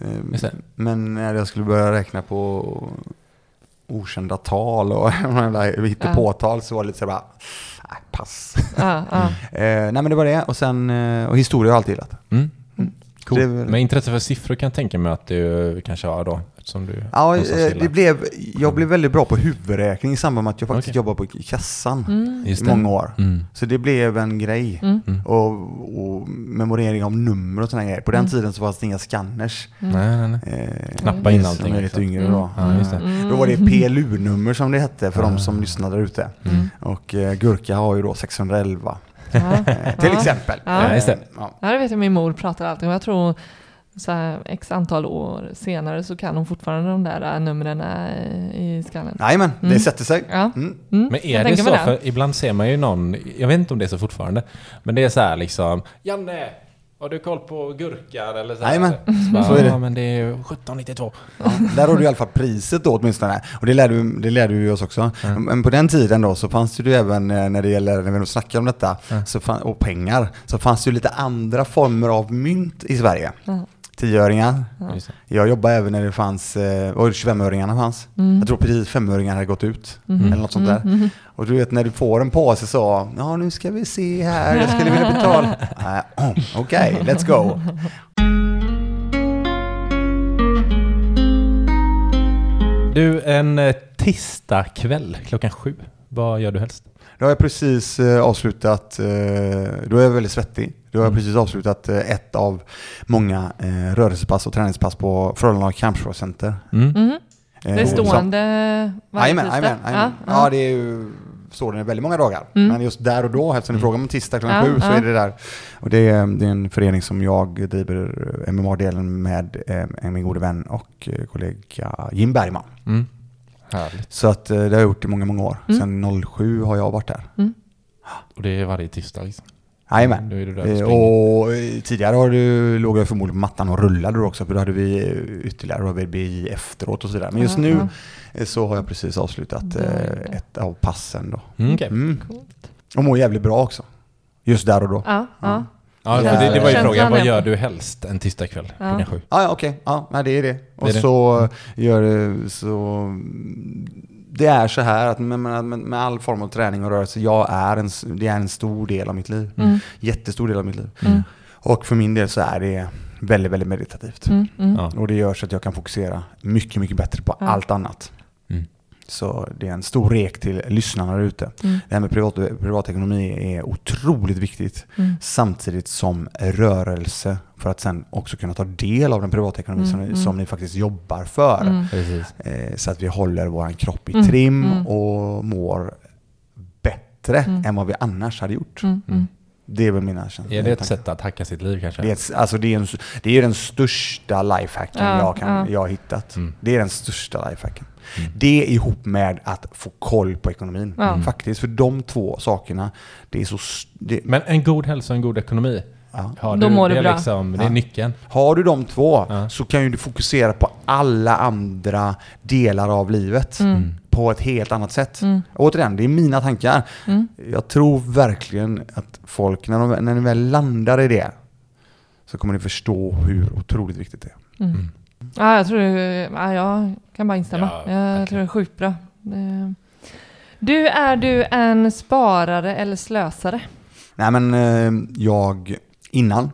[SPEAKER 1] Men när jag skulle börja räkna på okända tal och hittepåtal så var det lite så bara pass. Nej, men det var det. Och sen och historia har jag alltid gillat.
[SPEAKER 2] Cool. Men intresse för siffror kan jag tänka mig att du kanske har då, som du...
[SPEAKER 1] Ja, jag blev väldigt bra på huvudräkning i samband med att jag faktiskt jobbade på kassan i många år. Så det blev en grej. Och memorering av nummer och såna grejer. På den tiden så fanns det inga scanners.
[SPEAKER 2] Nej. Knappa in allting.
[SPEAKER 1] Som är lite yngre då. Då var det PLU-nummer som det hette för de som lyssnade där ute. Och Gurka har ju då 611. Till exempel.
[SPEAKER 3] Det vet jag, min mor pratar alltid om. Jag tror så här, x antal år senare så kan hon fortfarande de där numren i skallen.
[SPEAKER 1] Nej, men det sätter sig.
[SPEAKER 2] Men är det så? För ibland ser man ju någon, jag vet inte om det är så fortfarande, men det är så här liksom, Janne, har du koll på gurkan eller så?
[SPEAKER 1] Nej, men
[SPEAKER 2] så är det. Ja, men det är 1792.
[SPEAKER 1] Där har du i alla fall priset då åtminstone. Och det lärde vi oss också. Men på den tiden då så fanns det ju även när vi snackar om detta och pengar, så fanns det ju lite andra former av mynt i Sverige. 10-öringar. Jag jobbade även när det fanns, och 25-öringarna fanns. Jag tror precis 5-öringar hade gått ut. Eller något sånt där. Och du vet, när du får en påse så, ja nu ska vi se här, jag skulle vilja betala. Okej, let's go.
[SPEAKER 2] Du, en tisdagkväll klockan 7. Vad gör du helst?
[SPEAKER 1] Då har jag precis avslutat, då är jag väldigt svettig. Då har jag precis avslutat ett av många rörelsepass och träningspass på Frölunda Kampsport Center.
[SPEAKER 3] Det är stående varje tisdag?
[SPEAKER 1] Ja, det är ju stående väldigt många dagar. Men just där och då, eftersom ni frågar om tisdag klockan 7 så är det där. Och det är en förening som jag driver MMA-delen med min gode vän och kollega Jim Bergman.
[SPEAKER 2] Härligt.
[SPEAKER 1] Så att det har jag gjort i många, många år. Sen 07 har jag varit där.
[SPEAKER 2] Och det är varje tisdag liksom?
[SPEAKER 1] Jajamän. Och tidigare låg jag förmodligen på mattan och rullade också, för då hade vi ytterligare BI efteråt och sådär. Men just nu så har jag precis avslutat ett av passen då. Och mår jävligt bra också. Just där och då.
[SPEAKER 2] Ja, för det var ju frågan, vad gör du helst en tisdagkväll klockan 7?
[SPEAKER 1] Okej. Ja, det är det. Och så gör det så... Det är så här att med all form av träning och rörelse, det är en stor del av mitt liv. Jättestor del av mitt liv. Och för min del så är det väldigt, väldigt meditativt. Och det gör så att jag kan fokusera mycket, mycket bättre på allt annat. Så det är en stor rek till lyssnarna där ute. Det här med privatekonomi är otroligt viktigt. Samtidigt som rörelse, för att sen också kunna ta del av den privatekonomi som ni faktiskt jobbar för. Så att vi håller vår kropp i trim och mår bättre än vad vi annars hade gjort. Det är väl mina känslor.
[SPEAKER 2] Är det ett sätt att hacka sitt liv kanske?
[SPEAKER 1] Det är den största lifehacken jag har hittat. Det är den största lifehacken. Det ihop med att få koll på ekonomin. Faktiskt, för de två sakerna, det är så...
[SPEAKER 2] Men en god hälsa och en god ekonomi,
[SPEAKER 3] då mår du bra.
[SPEAKER 2] Det är nyckeln.
[SPEAKER 1] Har du de två så kan ju du fokusera på alla andra delar av livet på ett helt annat sätt. Återigen, det är mina tankar. Jag tror verkligen att folk, när ni väl landar i det, så kommer ni förstå hur otroligt viktigt det är.
[SPEAKER 3] Ja, jag tror jag kan bara instämma. Jag tror det är sjukt bra. Är du en sparare eller slösare?
[SPEAKER 1] Nej, men innan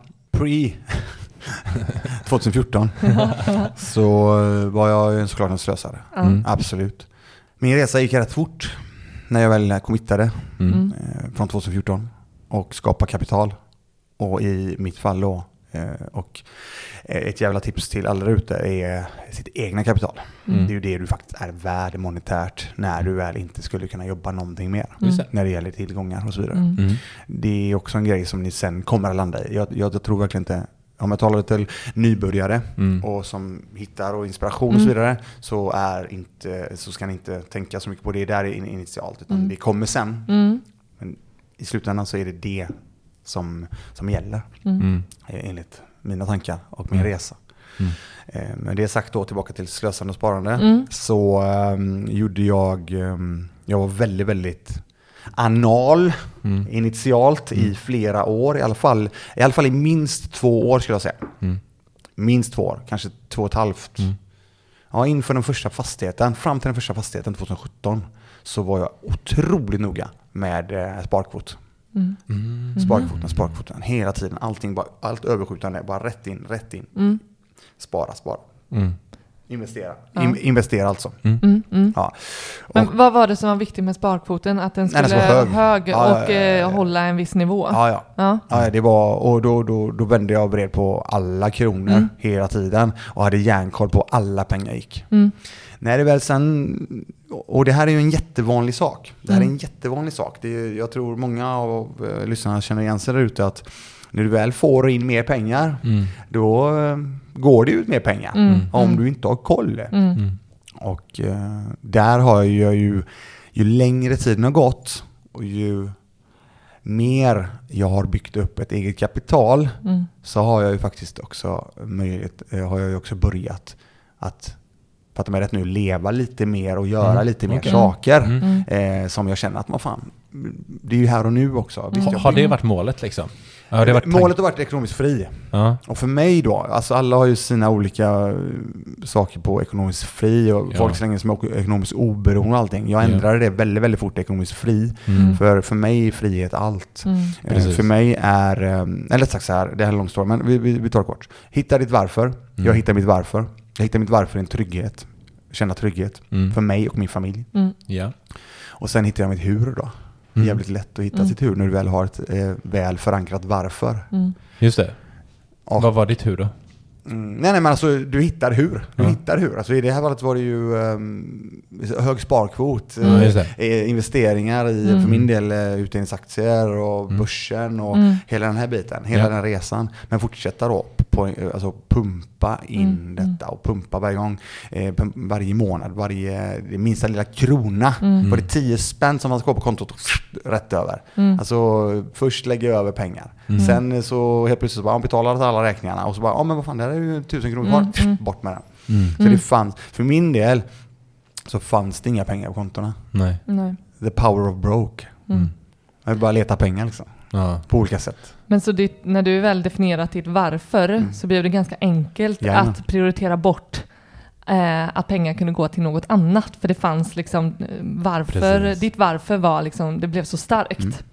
[SPEAKER 1] 2014 så var jag såklart en slösare. Absolut. Min resa gick rätt fort när jag väl committade från 2014 och skapa kapital. Och i mitt fall då, och ett jävla tips till alla där ute är sitt egna kapital. Det är ju det du faktiskt är värd monetärt när du väl inte skulle kunna jobba någonting mer när det gäller tillgångar och så vidare. Det är också en grej som ni sen kommer att landa i. Jag tror verkligen inte, om jag talar till nybörjare och som hittar och inspiration och så vidare, så ska ni inte tänka så mycket på det där initialt, utan det kommer sen. Men i slutändan så är det som gäller enligt mina tankar och min resa. Men det sagt då, tillbaka till slösande och sparande, så gjorde jag var väldigt, väldigt anal initialt i flera år, i alla fall i minst 2 år skulle jag säga. Minst 2 år, kanske 2,5. Ja, inför den första fastigheten, fram till den första fastigheten 2017, så var jag otroligt noga med sparkvot. Sparkvoten hela tiden, allt överskjutande, bara rätt in. Spara. Investera alltså. Ja.
[SPEAKER 3] Men vad var det som var viktigt med sparkvoten? Att den skulle vara hög och hålla en viss nivå?
[SPEAKER 1] Ja, det var, och då vände jag och vred på alla kronor hela tiden och hade järnkoll på alla pengar gick. När det väl sen, och det här är ju en jättevanlig sak. Jag tror många av lyssnarna känner igen sig där ute, att när du väl får in mer pengar, då går det ut mer pengar om du inte har koll. Och där har jag ju längre tiden har gått och ju mer jag har byggt upp ett eget kapital, så har jag ju faktiskt också börjat att, fatta mig rätt nu, leva lite mer och göra lite mer saker som jag känner att det är ju här och nu också.
[SPEAKER 2] Har det varit målet liksom? Ja,
[SPEAKER 1] målet har varit ekonomiskt fri.
[SPEAKER 2] Ja.
[SPEAKER 1] Och för mig då, alltså alla har ju sina olika saker på ekonomiskt fri och folk slänger som är ekonomiskt oberoende och allting. Jag ändrade det väldigt, väldigt fort ekonomiskt fri. För mig är frihet allt. För mig är, eller sagt så här, det här är en lång story, men vi tar det kort. Hitta ditt varför. Jag hittar mitt varför. Jag hittar mitt varför i en trygghet. Känna trygghet för mig och min familj.
[SPEAKER 2] Ja.
[SPEAKER 1] Och sen hittar jag mitt hur då. Det är jävligt lätt att hitta sitt hur när du väl har ett väl förankrat varför.
[SPEAKER 2] Just det. Och vad var ditt hur då?
[SPEAKER 1] Nej men alltså du hittar hur. Alltså i det här fallet var det ju hög sparkvot, investeringar i för min del utdelningsaktier och börsen och hela den här biten, hela den resan. Men fortsätta då alltså pumpa in detta och pumpa varje gång, varje månad, det minsta lilla krona. Var det 10 spänn som man ska på kontot rätt över. Alltså först lägga över pengar. Sen så helt plötsligt så bara betalar alla räkningarna och så bara men vad fan, det är ju 1000 kronor kvar. Bort med den. Så det fanns, för min del så fanns det inga pengar på kontona.
[SPEAKER 2] Nej.
[SPEAKER 1] The power of broke. Jag vill bara leta pengar liksom. På olika sätt.
[SPEAKER 3] Men så när du väl definierat ditt varför så blev det ganska enkelt att prioritera bort att pengar kunde gå till något annat. För det fanns liksom ditt varför var liksom, det blev så starkt.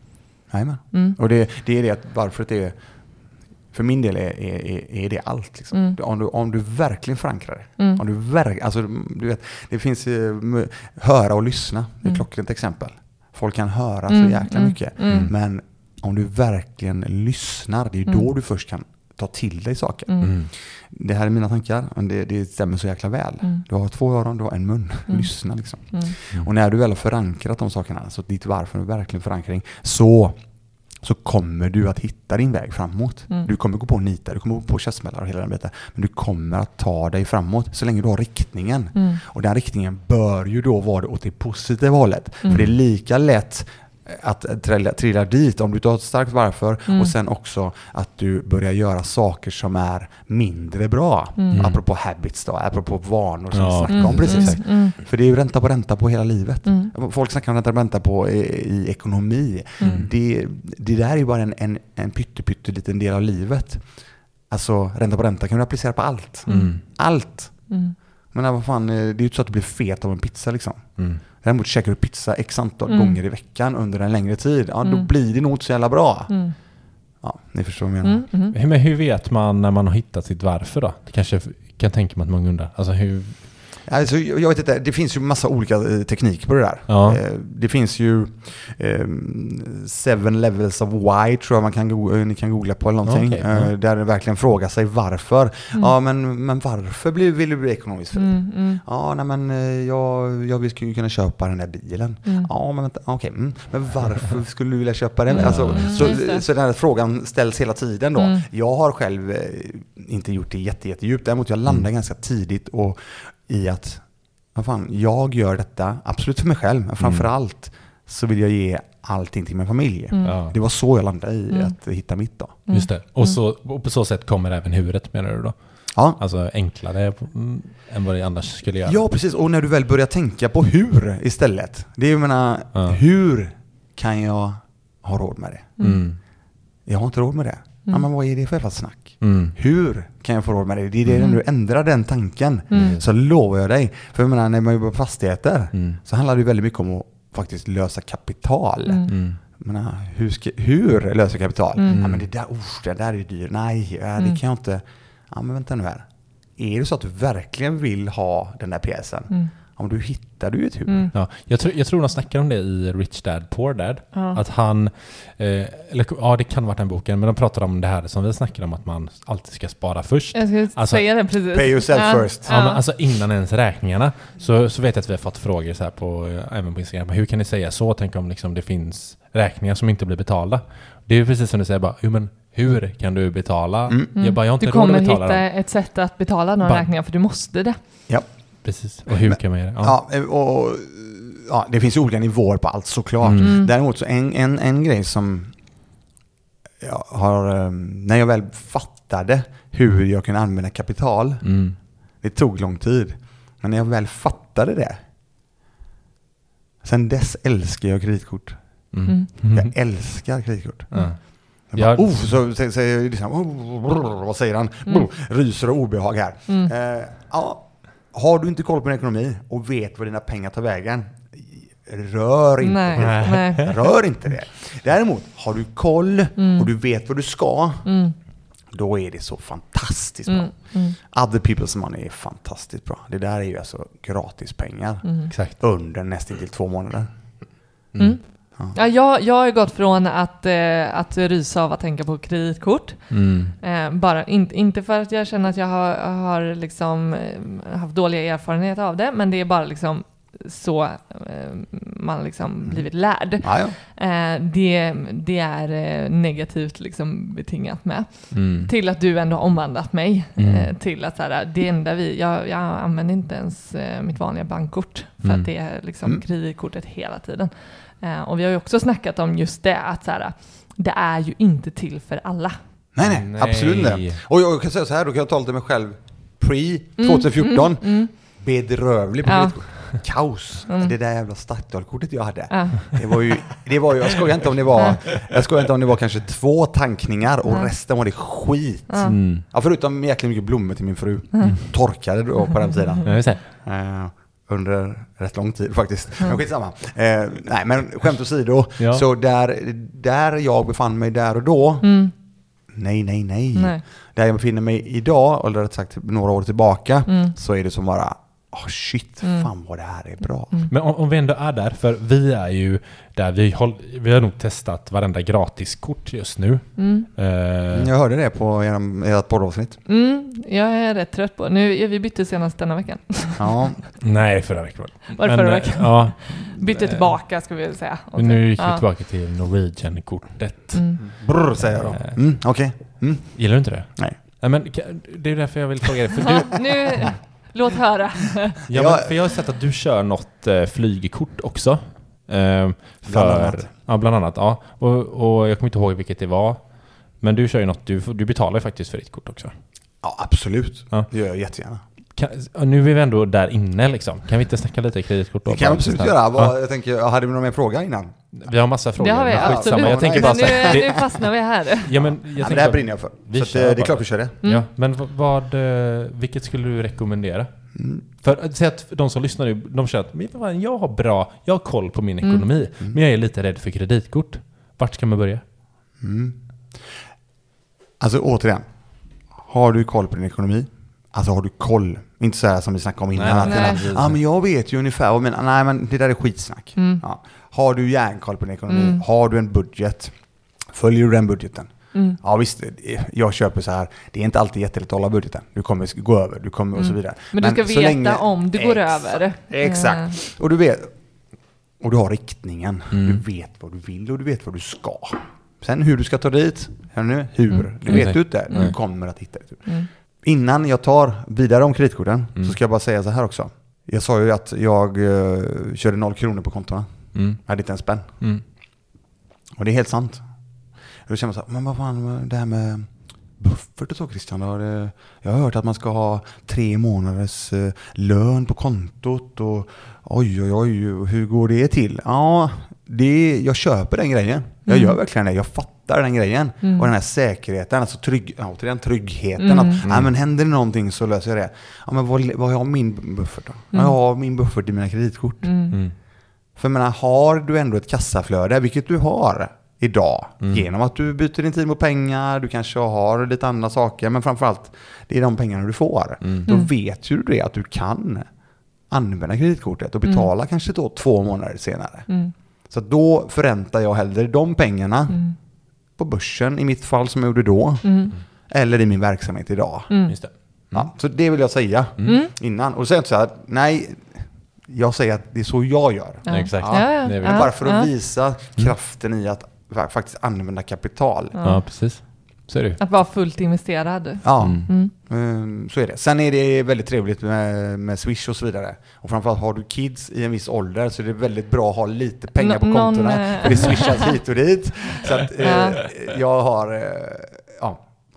[SPEAKER 1] Och det är det att varför är, för min del är det allt liksom. Om du verkligen förankrar det. Om du alltså du vet, det finns höra och lyssna. Det är klockrent exempel. Folk kan höra så jäkla mycket. Men om du verkligen lyssnar, det är då du först kan ta till dig saker. Det här är mina tankar, men det stämmer så jäkla väl. Du har 2 öron, du har en mun. Lyssna liksom. Och när du väl har förankrat de sakerna, så ditt varför är verkligen förankring, så kommer du att hitta din väg framåt. Du kommer gå på nitar, du kommer gå på käftsmällar och hela den biten. Men du kommer att ta dig framåt så länge du har riktningen. Och den riktningen bör ju då vara åt det positiva hållet. För det är lika lätt att trilla dit om du tar ett starkt varför och sen också att du börjar göra saker som är mindre bra. Apropå habits då, apropå vanor som vi snackade om precis. För det är ju ränta på hela livet. Folk snackar om ränta på i ekonomi. Det där är ju bara en pytte liten del av livet. Alltså ränta kan du applicera på allt. Allt. Men vad fan, det är ju inte så att du blir fet av en pizza liksom. Däremot käkar du pizza x antal gånger i veckan under en längre tid. Ja, då blir det nog inte så jävla bra. Ja, ni förstår vad jag menar.
[SPEAKER 2] Men hur vet man när man har hittat sitt varför då? Det kanske kan tänka mig att många undrar. Alltså hur...
[SPEAKER 1] Alltså, jag vet inte, det finns ju massa olika tekniker på det där. Det finns ju 7 levels of why tror jag ni kan googla på eller någonting. Där det verkligen frågar sig varför. Ja, men varför vill du bli ekonomiskt fri? Ja, nej, men jag vill kunna köpa den där bilen. Ja, men vänta, okej. Men varför skulle du vilja köpa den? Alltså, så den här frågan ställs hela tiden då. Jag har själv inte gjort det jättedjupt. Däremot jag landar ganska tidigt och i att jag gör detta absolut för mig själv, men framförallt så vill jag ge allting till min familj. Det var så jag landade i att hitta mitt då.
[SPEAKER 2] Just det. Och på så sätt kommer även huvudet, menar du då?
[SPEAKER 1] Ja.
[SPEAKER 2] Alltså enklare än vad det annars skulle göra.
[SPEAKER 1] Ja, precis. Och när du väl börjar tänka på hur istället. Det är ju hur kan jag ha råd med det? Jag har inte råd med det. Ja, men vad är det för jävla snack? Hur kan jag få råd med det? Det är det när du ändrar den tanken. Så lovar jag dig. För jag menar, när man jobbar på fastigheter så handlar det väldigt mycket om att faktiskt lösa kapital. Menar, hur lösa kapital? Ja, men det där är dyrt. Nej, det kan jag inte. Ja, men vänta nu här. Är det så att du verkligen vill ha den där pjäsen? Om du hittar du ett hur.
[SPEAKER 2] Ja, jag tror de snackar om det i Rich Dad Poor Dad. Att han, det kan vara den boken, men de pratar om det här som vi snackar om, att man alltid ska spara först.
[SPEAKER 3] Jag ska säga det precis.
[SPEAKER 1] Pay yourself first.
[SPEAKER 2] Ja, men alltså innan ens räkningarna. Så vet jag att vi har fått frågor så här även på Instagram. Hur kan ni säga så? Tänk om liksom det finns räkningar som inte blir betalda. Det är ju precis som du säger, bara, men hur kan du betala? Jag har inte
[SPEAKER 3] du
[SPEAKER 2] råd att betala
[SPEAKER 3] kommer hitta
[SPEAKER 2] dem.
[SPEAKER 3] ett sätt att betala några räkningar, för du måste det.
[SPEAKER 1] Ja.
[SPEAKER 2] Precis. Och hur kan man göra det?
[SPEAKER 1] Ja, det finns ju olika nivåer på allt såklart. Däremot så en grej som jag har, när jag väl fattade hur jag kunde använda kapital, det tog lång tid. Men när jag väl fattade det, sen dess älskar jag kreditkort. Jag älskar kreditkort. Så säger liksom, vad säger han? Ryser och obehag här. Har du inte koll på din ekonomi och vet vad dina pengar tar vägen, rör inte rör inte det. Däremot, har du koll och du vet vad du ska, då är det så fantastiskt bra. Other people's money är fantastiskt bra. Det där är ju alltså gratis pengar under nästan till 2 månader.
[SPEAKER 3] Ja, jag har gått från att rysa av att tänka på kreditkort. Bara inte för att jag känner att jag har liksom haft dåliga erfarenheter av det, men det är bara liksom så man liksom blivit lärd. Det är negativt liksom betingat med. Till att du ändå har omvandlat mig till att såhär, det enda jag använder inte ens mitt vanliga bankkort för att det är liksom kreditkortet hela tiden. Och vi har ju också snackat om just det, att såhär, det är ju inte till för alla.
[SPEAKER 1] Nej, absolut inte. Och jag kan säga så här, då kan jag tala till mig själv pre-2014 bedrövlig på kreditkort. Kaos. Det där jävla startkortet jag hade. Det var ju jag skojar inte om det var kanske 2 tankningar och resten var det skit. Ja, förutom jäkligt mycket blommor till min fru. Torkade då på den sidan. Under rätt lång tid faktiskt. Men skitsamma. Nej, men skämt åsido. Så där jag befann mig där och då. Nej. Där jag befinner mig idag, eller rätt sagt några år tillbaka, så är det som bara fan vad det här är bra.
[SPEAKER 2] Men om vi ändå är där, för vi är ju där, vi har nog testat varenda gratiskort just nu.
[SPEAKER 1] Jag hörde det på ert poddavsnitt.
[SPEAKER 3] Jag är rätt trött på. Nu vi bytte senast denna veckan.
[SPEAKER 2] Nej, förra veckan.
[SPEAKER 3] Var det förra veckan?
[SPEAKER 2] Ja.
[SPEAKER 3] Bytte tillbaka, ska vi säga.
[SPEAKER 2] Men nu gick vi tillbaka till Norwegian-kortet.
[SPEAKER 1] Brr, säger jag då. Okej.
[SPEAKER 2] Gillar du inte det?
[SPEAKER 1] Nej.
[SPEAKER 2] Men det är därför jag vill fråga dig. För
[SPEAKER 3] nu... Låt höra.
[SPEAKER 2] För jag har sett att du kör något flygkort också. Bland annat. Ja. Och jag kommer inte ihåg vilket det var. Men du kör ju något, du betalar ju faktiskt för ditt kort också.
[SPEAKER 1] Ja, absolut. Ja. Det gör jag jättegärna.
[SPEAKER 2] Nu är vi ändå där inne liksom. Kan vi inte snacka lite kreditkort då?
[SPEAKER 1] Det kan vi absolut göra. Jag tänker, hade vi någon mer fråga innan?
[SPEAKER 2] Vi har massa frågor.
[SPEAKER 3] Det har vi, absolut.
[SPEAKER 2] Jag tänker bara
[SPEAKER 3] nu fastnar vi här.
[SPEAKER 1] Men det här brinner jag för. Så det är klart vi kör det.
[SPEAKER 2] Ja, men vilket skulle du rekommendera? För att säga att de som lyssnar nu, de känner att jag har koll på min ekonomi, men jag är lite rädd för kreditkort. Vart ska man börja?
[SPEAKER 1] Alltså återigen, har du koll på din ekonomi? Alltså har du koll? Inte så här som vi snackade om innan. Men jag vet ju ungefär. Men det där är skitsnack. Ja. Har du järnkoll på din ekonomi? Har du en budget? Följer du den budgeten? Ja visst, jag köper så här. Det är inte alltid jättelätt att hålla budgeten. Du kommer gå över, du kommer och så vidare.
[SPEAKER 3] Men du ska veta om du går över.
[SPEAKER 1] Exakt. Och du vet, och du har riktningen. Du vet vad du vill och du vet vad du ska. Sen hur du ska ta dit, det vet du inte. Du kommer att hitta det. Innan jag tar vidare om kreditkorten så ska jag bara säga så här också. Jag sa ju att jag körde 0 kronor på kontona. Jag hade inte en spänn. Och det är helt sant. Då känner man så här, men vad fan, det här med buffert och så, Christian. Jag har hört att man ska ha 3 månaders lön på kontot och oj, hur går det till? Ja, jag köper den grejen. Jag gör verkligen det. Jag fattar den grejen. Och den här säkerheten, alltså tryggheten. Att men händer det någonting så löser jag det. Ja, men vad har min buffert då? Jag har min buffert i mina kreditkort. För jag menar, har du ändå ett kassaflöde, vilket du har idag, genom att du byter din tid mot pengar, du kanske har lite andra saker, men framförallt det är de pengarna du får. Då vet ju du att du kan använda kreditkortet och betala kanske då 2 månader senare. Så då förräntar jag hellre de pengarna på börsen, i mitt fall som jag gjorde då, eller i min verksamhet idag.
[SPEAKER 2] Just det.
[SPEAKER 1] Ja, så det vill jag säga innan. Och säga så här, nej, jag säger att det är så jag gör.
[SPEAKER 2] Exakt.
[SPEAKER 1] Bara för att visa kraften i att faktiskt använda kapital.
[SPEAKER 2] Ja, precis. Så är det.
[SPEAKER 3] Att vara fullt investerad.
[SPEAKER 1] Ja, så är det. Sen är det väldigt trevligt med Swish och så vidare. Och framförallt har du kids i en viss ålder så är det väldigt bra att ha lite pengar på kontona. För det swishas hit och dit. Så att jag har...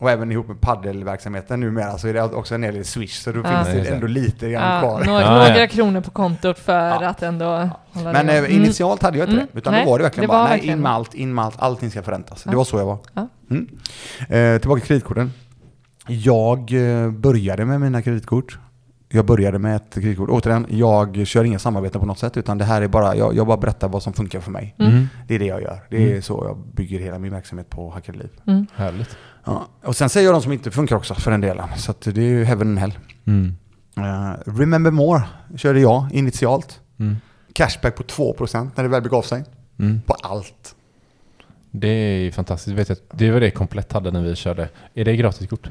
[SPEAKER 1] Och även ihop med paddelverksamheten numera så är det också en del Swish, så då finns det ändå lite grann kvar.
[SPEAKER 3] Några kronor på kontot för att ändå hålla
[SPEAKER 1] men
[SPEAKER 3] det.
[SPEAKER 1] Initialt hade jag inte det, utan då var det verkligen bara,
[SPEAKER 3] verkligen.
[SPEAKER 1] in med allt, allting ska förräntas. Det var så jag var. Tillbaka till kreditkorten. Jag började med mina kreditkort. Jag började med ett kreditkort. Återigen, jag kör inga samarbeten på något sätt, utan det här är bara, jag bara berättar vad som funkar för mig. Det är det jag gör. Det är så jag bygger hela min verksamhet på Hackade Liv.
[SPEAKER 2] Härligt.
[SPEAKER 1] Ja. Och sen säger jag de som inte funkar också för den delen. Så att det är ju heaven and hell. Remember More körde jag initialt. Cashback på 2% när det väl begav sig. På allt.
[SPEAKER 2] Det är fantastiskt. Vet jag, det var det Komplett hade när vi körde. Är det gratiskort?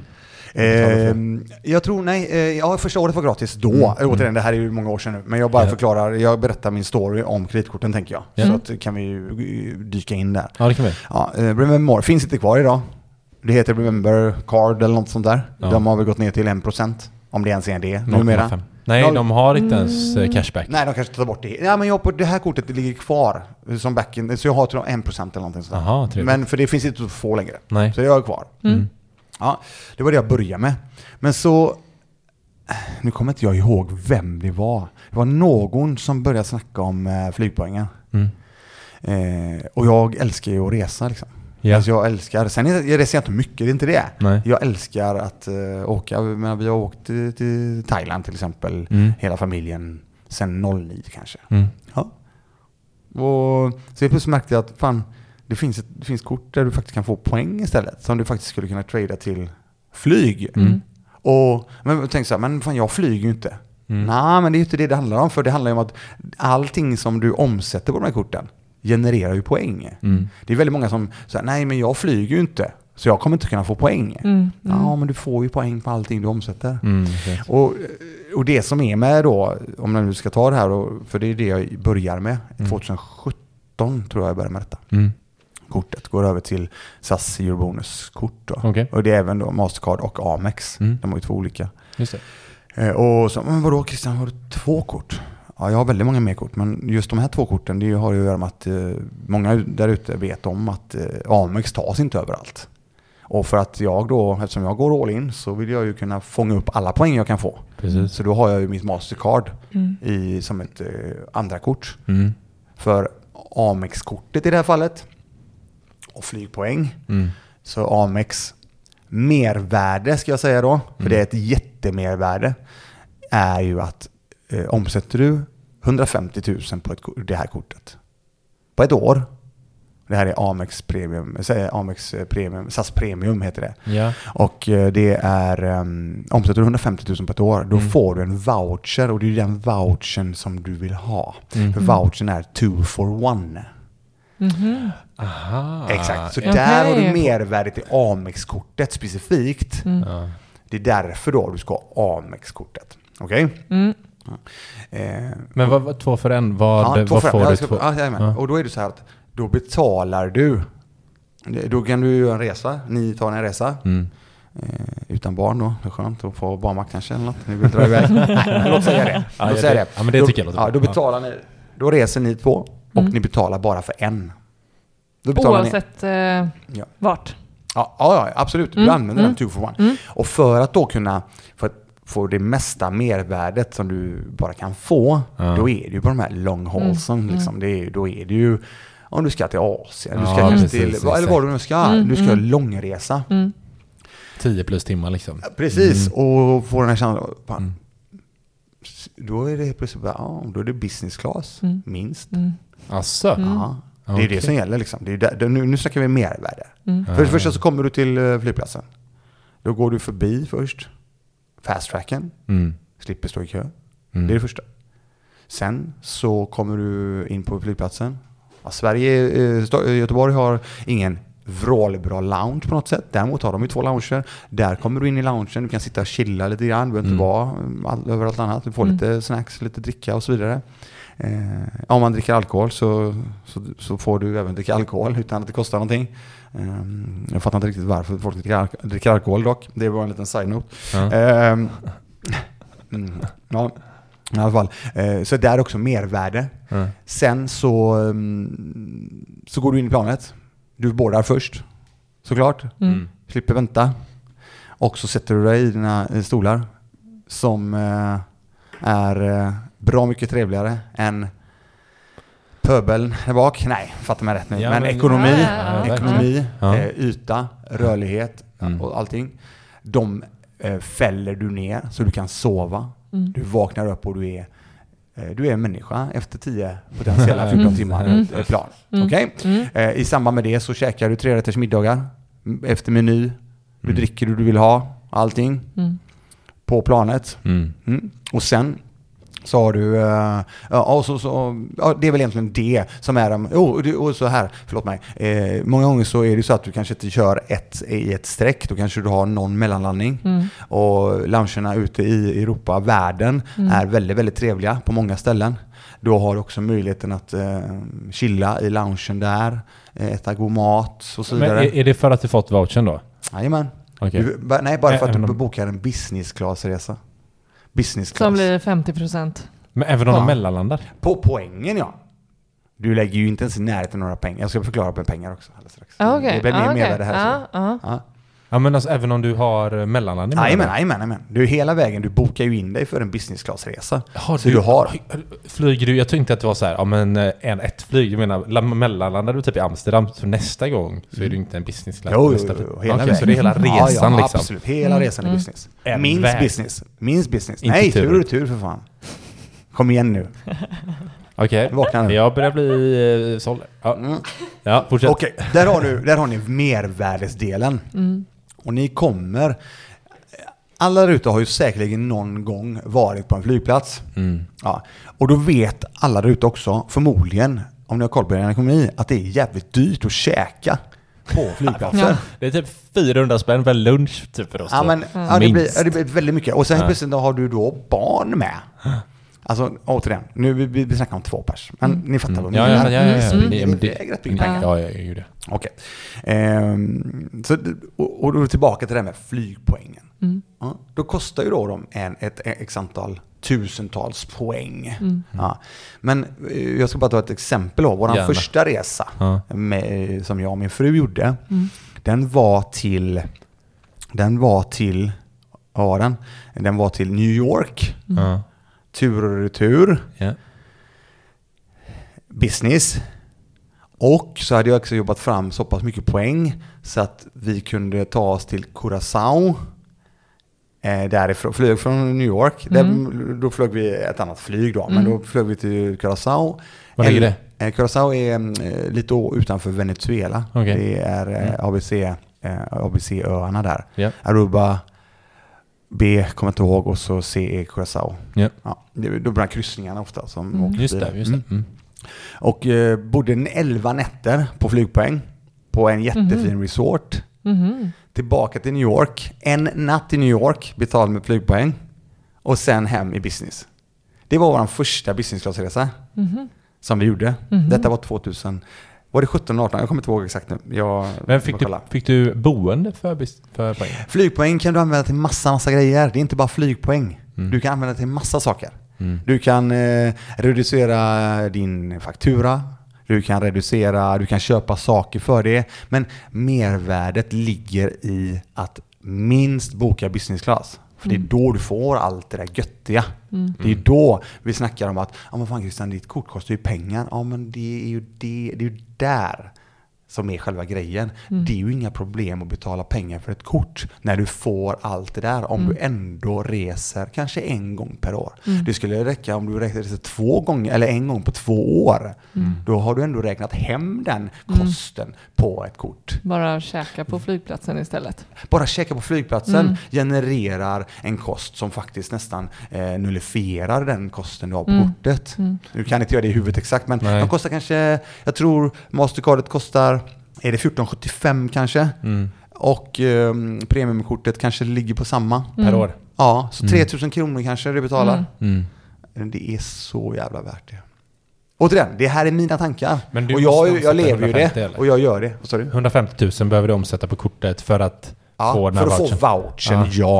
[SPEAKER 1] Jag tror första året var gratis då. Återigen, det här är ju många år sedan nu. Men jag bara förklarar, jag berättar min story om kreditkorten, tänker jag. Så att kan vi ju dyka in där.
[SPEAKER 2] Ja, det kan vi.
[SPEAKER 1] Remember More finns inte kvar idag. Det heter Remember Card eller något sånt där. De har väl gått ner till 1%. Om det ens är det numera.
[SPEAKER 2] Nej, de har inte ens cashback.
[SPEAKER 1] Nej, de kanske tar bort det. Ja, men jag på det här kortet, det ligger kvar som backen. Så jag har 1% eller någonting sånt.
[SPEAKER 2] Aha,
[SPEAKER 1] men för det finns inte att få längre.
[SPEAKER 2] Nej.
[SPEAKER 1] Så jag är kvar. Ja, det var det jag började med. Men så, nu kommer inte jag ihåg vem det var. Det var någon som började snacka om flygpoängen. Och jag älskar ju att resa liksom.
[SPEAKER 2] Ja.
[SPEAKER 1] Alltså jag älskar, sen jag reser inte mycket, det är inte det.
[SPEAKER 2] Nej.
[SPEAKER 1] Jag älskar att åka, men vi har åkt till Thailand till exempel, hela familjen, sen 09 kanske. Ja. Och så jag plötsligt märkte jag att fan, det finns kort där du faktiskt kan få poäng istället, som du faktiskt skulle kunna trada till flyg. Och men jag tänkte så här, men fan, jag flyger ju inte. Nej, men det är ju inte det handlar om, för det handlar ju om att allting som du omsätter på de här korten genererar ju poäng. Det är väldigt många som säger, nej men jag flyger ju inte, så jag kommer inte kunna få poäng. Ja, men du får ju poäng på allting du omsätter. Och det som är med då, om man nu ska ta det här då, för det är det jag börjar med, 2017 tror jag börjar med detta. Kortet går över till SAS Eurobonus-kort då.
[SPEAKER 2] Okay.
[SPEAKER 1] Och det är även då Mastercard och Amex. De har ju 2 olika.
[SPEAKER 2] Just det.
[SPEAKER 1] Och så, men vadå Christian, har du 2 kort? Ja, jag har väldigt många mer kort, men just de här 2 korten, det har ju att göra med att många där ute vet om att Amex tas inte överallt. Och för att jag då, eftersom jag går all in, så vill jag ju kunna fånga upp alla poäng jag kan få.
[SPEAKER 2] Precis.
[SPEAKER 1] Så då har jag ju mitt Mastercard som ett andra kort. För Amex-kortet i det här fallet och flygpoäng. Så Amex mervärde ska jag säga då, för det är ett jättemervärde, är ju att omsätter du 150 000 på det här kortet på ett år, det här är Amex Premium, SAS Premium heter det.
[SPEAKER 2] Ja.
[SPEAKER 1] Och det är omsätter du 150 000 på ett år, då får du en voucher, och det är den vouchern som du vill ha. För vouchern är 2 for 1.
[SPEAKER 2] Aha.
[SPEAKER 1] Exakt, så där har du mervärdet i Amex-kortet specifikt. Det är därför då du ska ha Amex-kortet. Okej?
[SPEAKER 2] Men vad 2 för 1? Vad får du 2?
[SPEAKER 1] Och då är det så här att då betalar du. Då kan du göra en resa. Ni tar en resa. Utan barn då. Det är skönt att få barnvakt kanske eller något. Ni vill dra iväg. Låt säga det.
[SPEAKER 2] Ja, men det tycker jag.
[SPEAKER 1] Då betalar ni. Då reser ni 2 och ni betalar bara för en.
[SPEAKER 3] Oavsett vart.
[SPEAKER 1] Ja, absolut. Du använder den 2 for 1. Och för att då kunna få det mesta mervärdet som du bara kan få, då är det ju på de här long haulsen. Liksom. Då är det ju om du ska till Asien, du ska kanske till, eller vad du nu ska. Du ska långresa.
[SPEAKER 2] 10 plus timmar liksom.
[SPEAKER 1] Precis, och få den här känslan. Då är det plötsligt då är det business class, minst.
[SPEAKER 2] Asså?
[SPEAKER 1] Ja. Det är det som gäller liksom. Det är nu snackar vi mervärde. För det första så kommer du till flygplatsen. Då går du förbi först fast tracken. Slipper stå i kö. Det är det första. Sen så kommer du in på flygplatsen. Göteborg har ingen vrålbra lounge på något sätt. Däremot har de ju 2 lounger. Där kommer du in i loungen. Du kan sitta och chilla lite grann. Du behöver inte vara överallt annat. Du får lite snacks, lite dricka och så vidare. Om man dricker alkohol så får du även dricka alkohol utan att det kostar någonting. Jag fattar inte riktigt varför folk dricker alkohol dock. Det var en liten side-note. Ja, i alla fall. Så där är också mervärde. Sen så går du in i planet. Du bordar först, såklart. Slipper vänta. och så sätter du dig i dina stolar som är bra mycket trevligare än pöbeln här bak. Nej, fattar mig rätt nu. Men ekonomi, yta, rörlighet och allting. De fäller du ner så du kan sova. Du vaknar upp och du är en människa efter 10 potentiella 14 timmar plan. I samband med det så käkar du 3-rätters middagar efter meny. Du dricker det du vill ha, allting på planet. Och sen så har du det är väl egentligen det som är och så här, förlåt mig. Många gånger så är det så att du kanske inte kör i ett streck, då kanske du har någon mellanlandning. Och loungerna ute i Europa, världen är väldigt, väldigt trevliga på många ställen. Då har du också möjligheten att chilla i loungen där, äta god mat och så vidare.
[SPEAKER 2] Men är det för att du fått vouchern då?
[SPEAKER 1] Jajamän. Okay. Nej, bara för att du bokar en business class-resa. Business class.
[SPEAKER 3] Som blir 50%.
[SPEAKER 2] Men även om de mellanlandar?
[SPEAKER 1] På poängen, ja. Du lägger ju inte ens i närheten några pengar. Jag ska förklara med pengar också alldeles strax.
[SPEAKER 3] Okay.
[SPEAKER 1] Det blir mer det här.
[SPEAKER 2] Ja, men alltså även om du har mellanlandning?
[SPEAKER 1] Jajamän. Du hela vägen, du bokar ju in dig för en business class-resa.
[SPEAKER 2] Flyger du? Jag tänkte att det var så här, ett flyg. Jag menar, mellanlandar du typ i Amsterdam, så nästa gång så är du inte en business class.
[SPEAKER 1] Jo, hela vägen.
[SPEAKER 2] Så det är hela resan liksom?
[SPEAKER 1] Absolut, hela resan är business. Minst business. Nej, tur för fan. Kom igen nu.
[SPEAKER 2] Okej, jag börjar bli såld. Ja, fortsätt.
[SPEAKER 1] Okej, där har ni mervärdesdelen. Och ni kommer... Alla där ute har ju säkerligen någon gång varit på en flygplats. Ja. Och då vet alla där ute också, förmodligen, om ni har koll på er ekonomi, att det är jävligt dyrt att käka på flygplatser.
[SPEAKER 2] Det är typ 400 spänn för lunch typ för oss.
[SPEAKER 1] Det blir väldigt mycket. Och sen plötsligt har du då barn med. Alltså återigen, nu vi snackar om 2 pers. Men ni fattar vad jag menar.
[SPEAKER 2] Det är rätt mycket pengar. Ja, jag gör det.
[SPEAKER 1] Okej. Och då är vi tillbaka till det här med flygpoängen. Då kostar ju då de ett x antal tusentals poäng. Men jag ska bara ta ett exempel av vår första resa som jag och min fru gjorde. Den var till New York. Tur och retur. Business. Och så hade jag också jobbat fram så pass mycket poäng så att vi kunde ta oss till Curaçao. Därifrån, flög från New York. Då flög vi ett annat flyg då. Men då flög vi till Curaçao.
[SPEAKER 2] Vad ligger det?
[SPEAKER 1] Curaçao är lite utanför Venezuela. Det är ABC-öarna där. Aruba, B kommer inte ihåg, och så C är Curaçao. Då blir kryssningarna ofta som
[SPEAKER 2] just det.
[SPEAKER 1] Och bodde 11 nätter på flygpoäng på en jättefin resort. Tillbaka till New York. En natt i New York betald med flygpoäng. Och sen hem i business. Det var vår första business class-resa som vi gjorde. Detta var 2000. Var det 17-18? Jag kommer inte ihåg exakt nu.
[SPEAKER 2] Men fick du boende för poäng?
[SPEAKER 1] Flygpoäng kan du använda till massa grejer. Det är inte bara flygpoäng. Du kan använda till massa saker. Du kan reducera din faktura. Du kan köpa saker för det. Men mervärdet ligger i att minst boka business class. För det är då du får allt det där göttiga. Det är då vi snackar om att men fan Christian, ditt kort kostar ju pengar. Ja, men det är ju där som är själva grejen. Det är ju inga problem att betala pengar för ett kort när du får allt det där. Om du ändå reser kanske en gång per år. Det skulle räcka om du reser 2 gånger eller en gång på 2 år. Då har du ändå räknat hem den kosten på ett kort.
[SPEAKER 3] Bara käka på flygplatsen istället.
[SPEAKER 1] Bara käka på flygplatsen genererar en kost som faktiskt nästan nullifierar den kosten du har på kortet. Du kan inte göra det i huvudet exakt, men de kostar kanske, jag tror Mastercardet kostar, är det 14,75 kanske? Och premiumkortet kanske ligger på samma
[SPEAKER 2] per år.
[SPEAKER 1] Ja, så 3000 kronor kanske du betalar. Det är så jävla värt det. Återigen, det här är mina tankar. Och jag lever ju det. Eller? Och jag gör det.
[SPEAKER 2] 150 000 behöver du omsätta på kortet för att få den här
[SPEAKER 1] vouchern. Ja.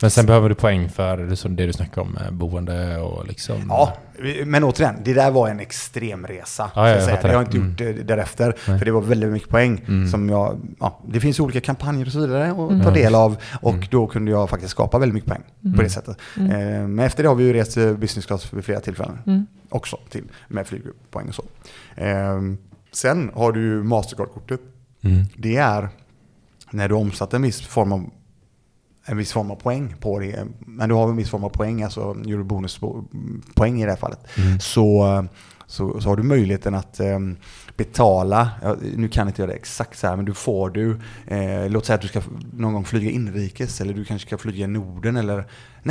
[SPEAKER 2] Men sen behöver du poäng för det du snackar om, boende och liksom...
[SPEAKER 1] Ja, men återigen, det där var en extrem resa.
[SPEAKER 2] Ja,
[SPEAKER 1] jag har inte gjort det därefter, för det var väldigt mycket poäng som det finns olika kampanjer och så vidare att ta del av, och då kunde jag faktiskt skapa väldigt mycket poäng på det sättet. Men efter det har vi ju rest business class vid flera tillfällen också med flygpoäng och så. Sen har du ju Mastercard-kortet. Det är när du omsatt en viss form av poäng på det, men du har en viss form av poäng, alltså eurobonuspoäng i det här fallet, så har du möjligheten att betala, nu kan jag inte göra det exakt så här, men låt säga att du ska någon gång flyga inrikes, eller du kanske ska flyga i Norden, eller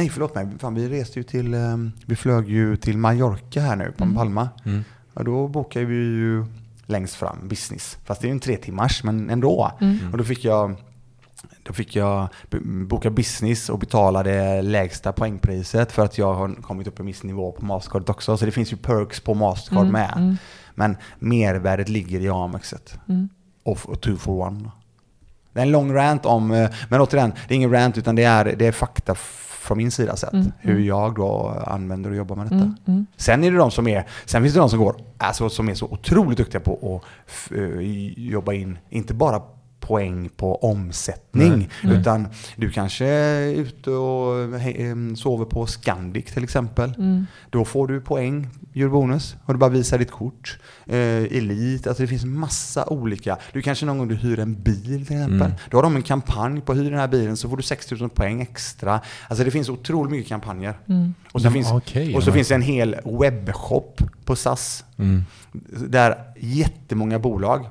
[SPEAKER 1] vi flög ju till Mallorca här nu på Palma. Och då bokade vi ju längst fram business, fast det är ju en 3 timmars, men ändå. Och då fick jag boka business och betala det lägsta poängpriset, för att jag har kommit upp i viss nivå på Mastercard också. Så det finns ju perks på Mastercard med. Men mervärdet ligger i Amexet. Och 2 for 1. Det är en lång rant om, men återigen, det är ingen rant, utan det är fakta från min sida sett. Hur jag då använder och jobbar med detta. Sen är det sen finns det de som går, som är så otroligt duktiga på att jobba in, inte bara poäng på omsättning, utan du kanske är ute och sover på Scandic till exempel. Då får du poäng, eurobonus, och du bara visar ditt kort. Elite, alltså det finns massa olika. Du kanske någon gång du hyr en bil till exempel. Då har de en kampanj på hyr den här bilen, så får du 6 000 poäng extra. Alltså det finns otroligt mycket kampanjer. Och så finns det en hel webbshop på SAS där jättemånga bolag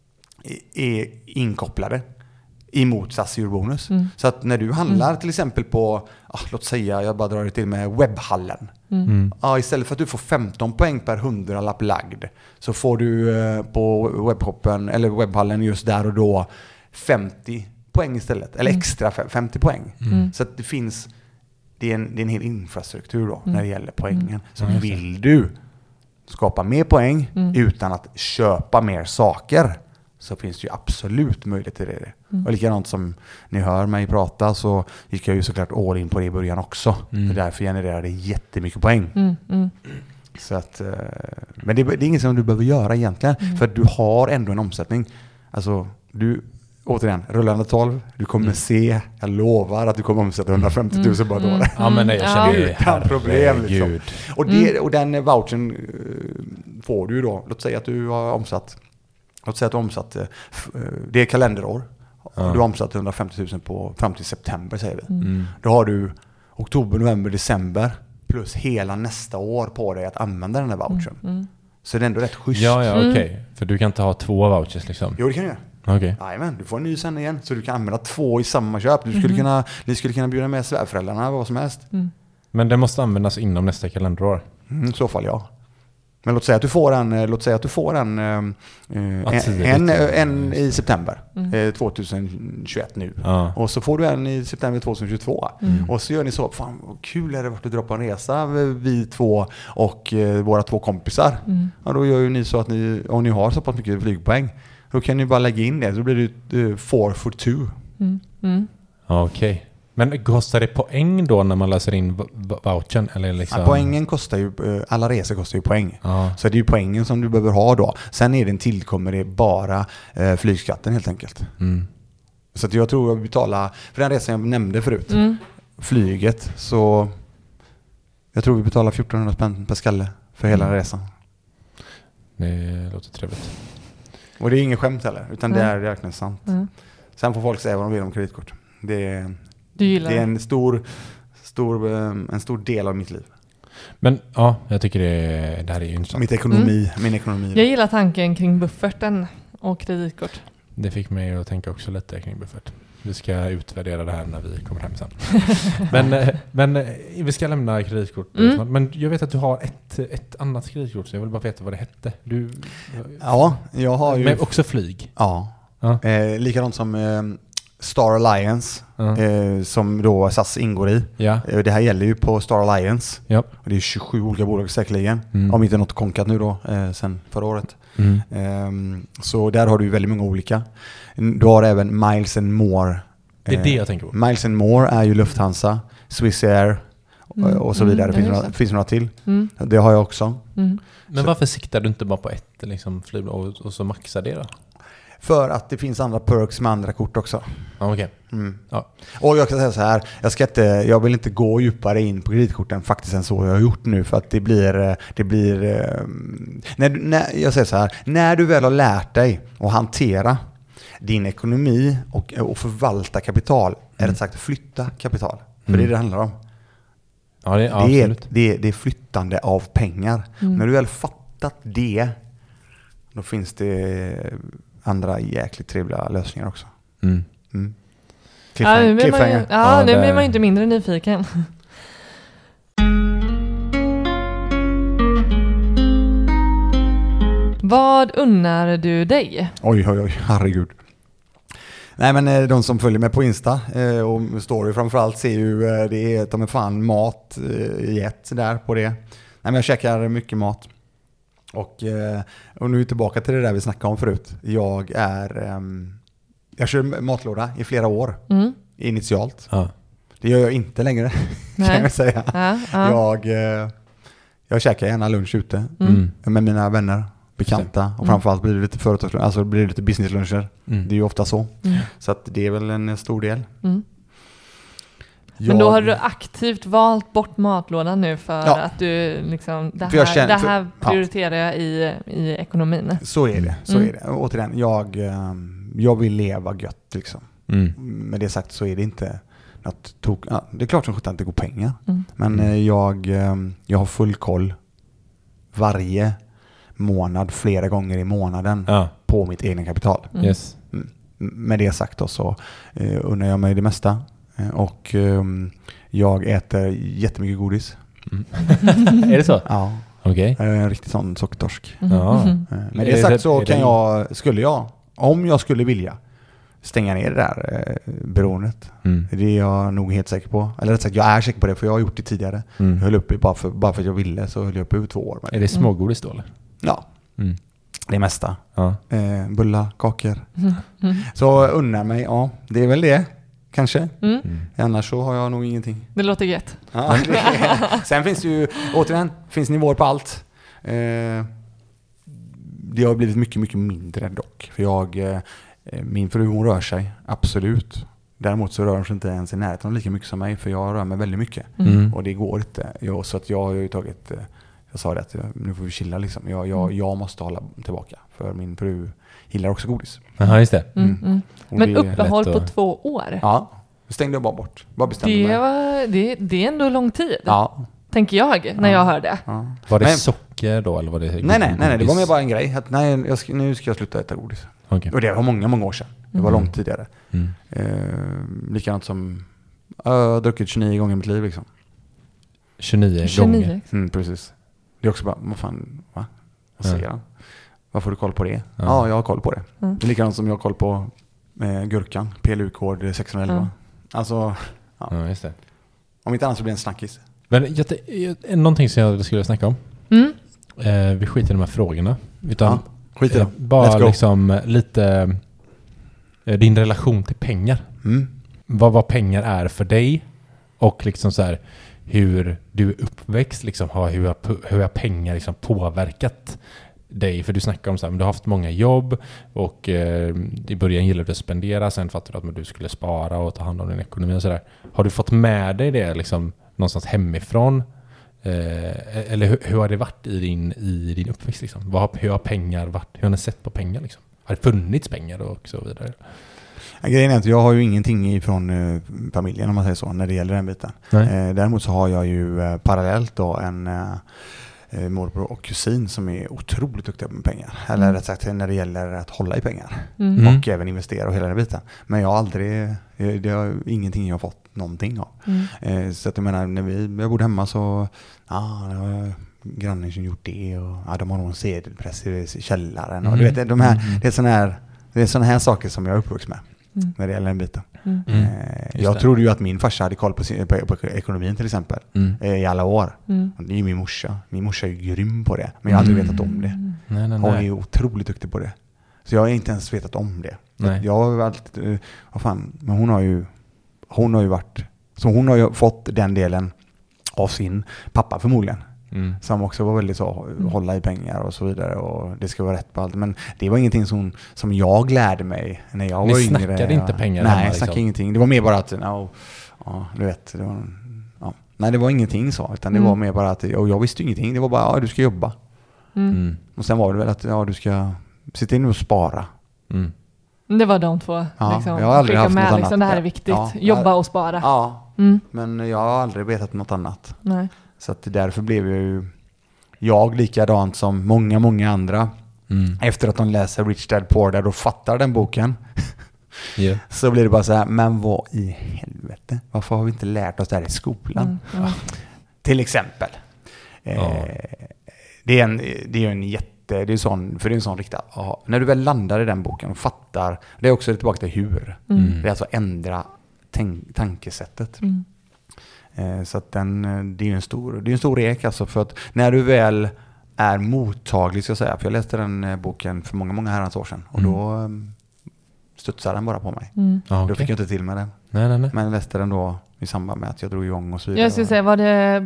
[SPEAKER 1] är inkopplade emot SAS eurobonus. Så att när du handlar till exempel på, låt säga, jag bara drar det till med webbhallen. Istället för att du får 15 poäng per 100-lapp lagd, så får du på webbshoppen eller webbhallen just där och då 50 poäng istället, eller extra 50 poäng. Så att det är en hel infrastruktur då när det gäller poängen. Så vill du skapa mer poäng utan att köpa mer saker, så finns det ju absolut möjlighet till det. Och likadant som ni hör mig prata, så gick jag ju såklart all in på det i början också. Och därför genererar det jättemycket poäng. Så att, men det är inget som du behöver göra egentligen. För att du har ändå en omsättning. Alltså, återigen, rullande 12. Du kommer se, jag lovar att du kommer omsätta 150 000 bara då.
[SPEAKER 2] Ja, men nej, jag känner ju
[SPEAKER 1] utan problem liksom. Och den vouchen får du då. Låt säga att du har omsatt, det är kalenderår. Du har omsatt 150 000 fram till september, säger vi. Då har du oktober, november, december plus hela nästa år på dig att använda den här vouchern. Så det är ändå rätt schysst.
[SPEAKER 2] Ja, okej. För du kan inte ha 2 vouchers liksom.
[SPEAKER 1] Jo, det kan du göra.
[SPEAKER 2] Okay.
[SPEAKER 1] Jajamän, du får en ny sen igen. Så du kan använda 2 i samma köp. Ni skulle kunna bjuda med svärföräldrarna, vad som helst.
[SPEAKER 2] Men det måste användas inom nästa kalenderår.
[SPEAKER 1] I så fall, ja. Men låt säga att du får en i september 2021 nu. Och så får du en i september 2022. Och så gör ni så, fan vad kul är det varit att dra på en resa, vi 2 och våra 2 kompisar. Och då gör ju ni så att om ni har så pass mycket flygpoäng, då kan ni bara lägga in det, så blir det 4 for 2.
[SPEAKER 2] Okej. Men kostar det poäng då när man läser in vouchern? Eller liksom?
[SPEAKER 1] Poängen kostar ju, alla resor kostar ju poäng. Så det är ju poängen som du behöver ha då. Sen är den tillkommer det bara flygskatten helt enkelt. Så att jag tror jag betalar, för den resan jag nämnde förut, flyget, så jag tror vi betalar 1400 spänn per skalle för hela resan.
[SPEAKER 2] Det låter trevligt.
[SPEAKER 1] Och det är ingen skämt heller, utan det är verkligen sant. Sen får folk säga vad de vill om kreditkort. Det är en stor del av mitt liv.
[SPEAKER 2] Men ja, jag tycker det här är ju intressant.
[SPEAKER 1] Min ekonomi.
[SPEAKER 3] Jag gillar tanken kring bufferten och kreditkort.
[SPEAKER 2] Det fick mig att tänka också lite kring buffert. Vi ska utvärdera det här när vi kommer hem sen. men vi ska lämna kreditkort. Men jag vet att du har ett annat kreditkort, så jag vill bara veta vad det hette.
[SPEAKER 1] Ja, jag har ju...
[SPEAKER 2] Men också flyg.
[SPEAKER 1] Ja. Likadant som Star Alliance, som då SAS ingår i. Det här gäller ju på Star Alliance. Och det är 27 olika bolag säkerligen. Om inte något konkat nu då, sen förra året. Så där har du väldigt många olika. Du har även Miles & More
[SPEAKER 2] Det är det jag tänker på.
[SPEAKER 1] Miles & More är ju Lufthansa, Swiss Air och så vidare. Finns det några till? Det har jag också.
[SPEAKER 2] Men varför siktar du inte bara på ett liksom, flygbolag och så maxar det då?
[SPEAKER 1] För att det finns andra perks med andra kort också.
[SPEAKER 2] Okej.
[SPEAKER 1] Ja. Och jag kan säga så här, jag vill inte gå djupare in på kreditkorten faktiskt än så jag har gjort nu, för att det blir jag säger så här, när du väl har lärt dig att hantera din ekonomi och förvalta kapital, är det sagt flytta kapital. För det är det handlar om.
[SPEAKER 2] Ja,
[SPEAKER 1] det är flyttande av pengar. När du väl fattat det, då finns det andra jäkligt trevliga lösningar också.
[SPEAKER 3] Nu blir man ju inte mindre nyfiken. Vad unnar du dig?
[SPEAKER 1] Oj, herregud. Nej, men de som följer mig på Insta och story framförallt ser ju det är de fan mat i ett där på det. Nej, men jag käkar mycket mat. Och nu är vi tillbaka till det där vi snackade om förut. Jag kör matlåda i flera år initialt. Det gör jag inte längre, kan jag säga. Jag käkar gärna lunch ute med mina vänner, bekanta, och framförallt blir det lite företagslunch, alltså blir det lite businessluncher. Det är ju ofta så. Så att det är väl en stor del.
[SPEAKER 3] Men då har du aktivt valt bort matlådan nu för att du liksom, det här prioriterar jag i ekonomin.
[SPEAKER 1] Så är det. Återigen, jag vill leva gött liksom. Med det sagt så är det inte något det är klart som att det inte går pengar. Men jag har full koll varje månad, flera gånger i månaden på mitt egna kapital.
[SPEAKER 2] Yes.
[SPEAKER 1] Med det sagt då, så unnar jag mig det mesta. Och jag äter jättemycket godis.
[SPEAKER 2] Är det så?
[SPEAKER 1] Ja.
[SPEAKER 2] Okej.
[SPEAKER 1] Jag är en riktigt sån sockertorsk. Med
[SPEAKER 2] Är
[SPEAKER 1] det sagt så
[SPEAKER 2] det
[SPEAKER 1] om jag skulle vilja stänga ner det där beroendet. Det är jag nog helt säker på. Eller rätt sagt, jag är säker på det, för jag har gjort det tidigare. Jag höll uppe bara för att jag ville, så höll jag uppe i 2 år.
[SPEAKER 2] Är det smågodis då eller?
[SPEAKER 1] Ja. Det mesta. Bullar, kakor. Så unnar mig, det är väl det. Kanske. Annars så har jag nog ingenting.
[SPEAKER 3] Det låter gött.
[SPEAKER 1] Ja, sen finns det ju, återigen, finns nivåer på allt. Det har blivit mycket, mycket mindre dock. För min fru, hon rör sig, absolut. Däremot så rör hon sig inte ens i närheten av lika mycket som mig, för jag rör mig väldigt mycket. Och det går inte. Så att jag har ju tagit, jag sa det att nu får vi chilla liksom. Jag måste hålla tillbaka, för min fru gillar också godis.
[SPEAKER 2] Jaha, just det.
[SPEAKER 3] Men uppehåll på 2 år?
[SPEAKER 1] Ja, det stängde jag bara bort. Bara bestämde
[SPEAKER 3] mig. Det är ändå lång tid.
[SPEAKER 1] Ja.
[SPEAKER 3] Tänker jag, när jag hör det.
[SPEAKER 1] Ja.
[SPEAKER 2] Var det socker då? Eller var det
[SPEAKER 1] nej, det var mer bara en grej. Att, nu ska jag sluta äta godis.
[SPEAKER 2] Okay.
[SPEAKER 1] Och det var många, många år sedan. Det var långt tidigare. Likadant som jag har druckit 29 gånger i mitt liv liksom.
[SPEAKER 2] 29 gånger?
[SPEAKER 1] Precis. Det är också bara, vad fan, va? Vad säger han? Vad får du koll på det? Ja, jag har koll på det. Det är likadant som jag har koll på gurkan, PLU-kod 611. Alltså,
[SPEAKER 2] ja, just det.
[SPEAKER 1] Om inte annars så blir det en snackis.
[SPEAKER 2] Men någonting som jag skulle snacka om. Vi skiter i de här frågorna. Utan
[SPEAKER 1] skit i dem.
[SPEAKER 2] Bara liksom lite din relation till pengar. Vad pengar är för dig. Och liksom så här, hur du är uppväxt. Liksom, hur har pengar liksom påverkat dig? För du snackar om så här, du har haft många jobb. Och i början gillade du att spendera. Sen fattade du att du skulle spara och ta hand om din ekonomi och sådär. Har du fått med dig det liksom någonstans hemifrån? Eller hur har det varit i din uppväxt liksom? Hur har pengar varit? Hur har ni sett på pengar liksom? Har det funnits pengar och så vidare?
[SPEAKER 1] Ja, grejen är att jag har ju ingenting ifrån familjen, om man säger så, när det gäller den biten. Däremot så har jag ju parallellt då en morbror och kusin som är otroligt duktiga med pengar. Eller rätt sagt när det gäller att hålla i pengar. Och även investera och hela den biten. Men jag har aldrig, det har ingenting jag har fått någonting av. Så att jag menar, när jag bodde hemma så grannen som gjort det och de har någon sedelpress i källaren. Och du vet, det är såna här saker som jag är uppvuxen med. När det gäller den biten. Jag trodde ju att min farsa hade koll på ekonomin till exempel i alla år. Och det är ju min morsa. Min morsa är ju grym på det. Men jag har aldrig vetat om det.
[SPEAKER 2] Nej.
[SPEAKER 1] Hon är ju otroligt duktig på det. Så jag har inte ens vetat om det.
[SPEAKER 2] Nej.
[SPEAKER 1] Jag har alltid, men hon har ju varit, så hon har ju fått den delen av sin pappa förmodligen. Som också var väldigt så, hålla i pengar och så vidare, och det ska vara rätt på allt. Men det var ingenting som jag lärde mig när jag var yngre.
[SPEAKER 2] Ni snackade inte pengar
[SPEAKER 1] hemma?
[SPEAKER 2] Nej,
[SPEAKER 1] jag snackade ingenting. Det var mer bara att, du vet, det var, nej, det var ingenting så, utan det var mer bara att, och jag visste ingenting. Det var bara, du ska jobba. Och sen var det väl att, du ska se till att spara.
[SPEAKER 3] Det var de två.
[SPEAKER 1] Ja,
[SPEAKER 3] liksom,
[SPEAKER 1] jag har aldrig haft något annat.
[SPEAKER 3] Liksom, det här är viktigt. Jobba och spara.
[SPEAKER 1] Ja, men jag har aldrig vetat något annat.
[SPEAKER 3] Nej.
[SPEAKER 1] Så att därför blev jag likadant som många andra. Efter att de läser Rich Dad Poor Dad och fattar den boken.
[SPEAKER 2] Yeah.
[SPEAKER 1] Så blir det bara så här, men vad i helvete? Varför har vi inte lärt oss det här i skolan? Till exempel. Det är en sån riktad. När du väl landar i den boken och fattar, det är också tillbaka till hur. Det är alltså ändra tankesättet. Så att det är en stor rek alltså, för att när du väl är mottaglig, ska jag säga, för jag läste den boken för många herrans år sedan, och då studsade den bara på mig. Då fick jag inte till med det.
[SPEAKER 2] Nej.
[SPEAKER 1] Men jag läste den då i samband med att jag drog igång och så vidare.
[SPEAKER 3] Jag skulle säga, var det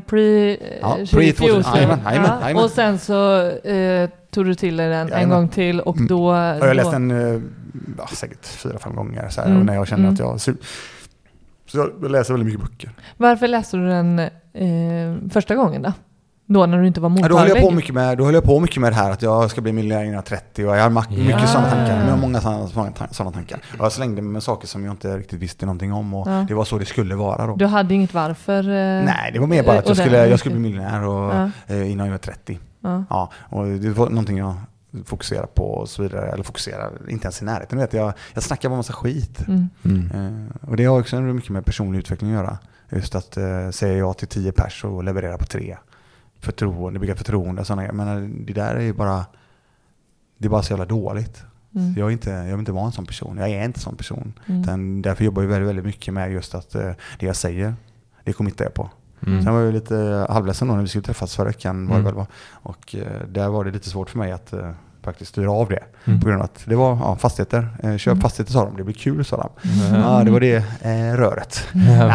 [SPEAKER 1] pre-2000?
[SPEAKER 3] Och sen så tog du till den en gång till, och då...
[SPEAKER 1] Och jag läste den säkert 4-5 gånger så här, och när jag kände att jag... Så jag läser väldigt mycket böcker.
[SPEAKER 3] Varför läste du den första gången då? Då när du inte var mottaglig?
[SPEAKER 1] Då höll jag på mycket med det här att jag ska bli miljonär innan 30, och jag har mycket sådana tankar. Jag har många sådana tankar. Och jag slängde mig med saker som jag inte riktigt visste någonting om, och det var så det skulle vara då.
[SPEAKER 3] Du hade inget varför?
[SPEAKER 1] Nej, det var mer bara att jag skulle bli miljonär innan jag var 30. Ja, och det var någonting jag fokuserar på och så vidare, eller fokuserar inte ens i närheten. Jag snackar bara massa skit. Och det har också mycket med personlig utveckling att göra. Just att säga ja till 10 pers och leverera på 3. Bygga förtroende. Men det där är ju bara, det är bara så jävla dåligt. Jag vill inte vara en sån person. Jag är inte en sån person. Därför jobbar jag väldigt, väldigt mycket med just att det jag säger, det committar jag på. Sen var jag lite halvledsen när vi skulle träffas förra veckan. Och där var det lite svårt för mig att faktiskt styra av det. På grund av att det var fastigheter. Köp fastigheter, sa de. Det blir kul, sa de. Det var det röret.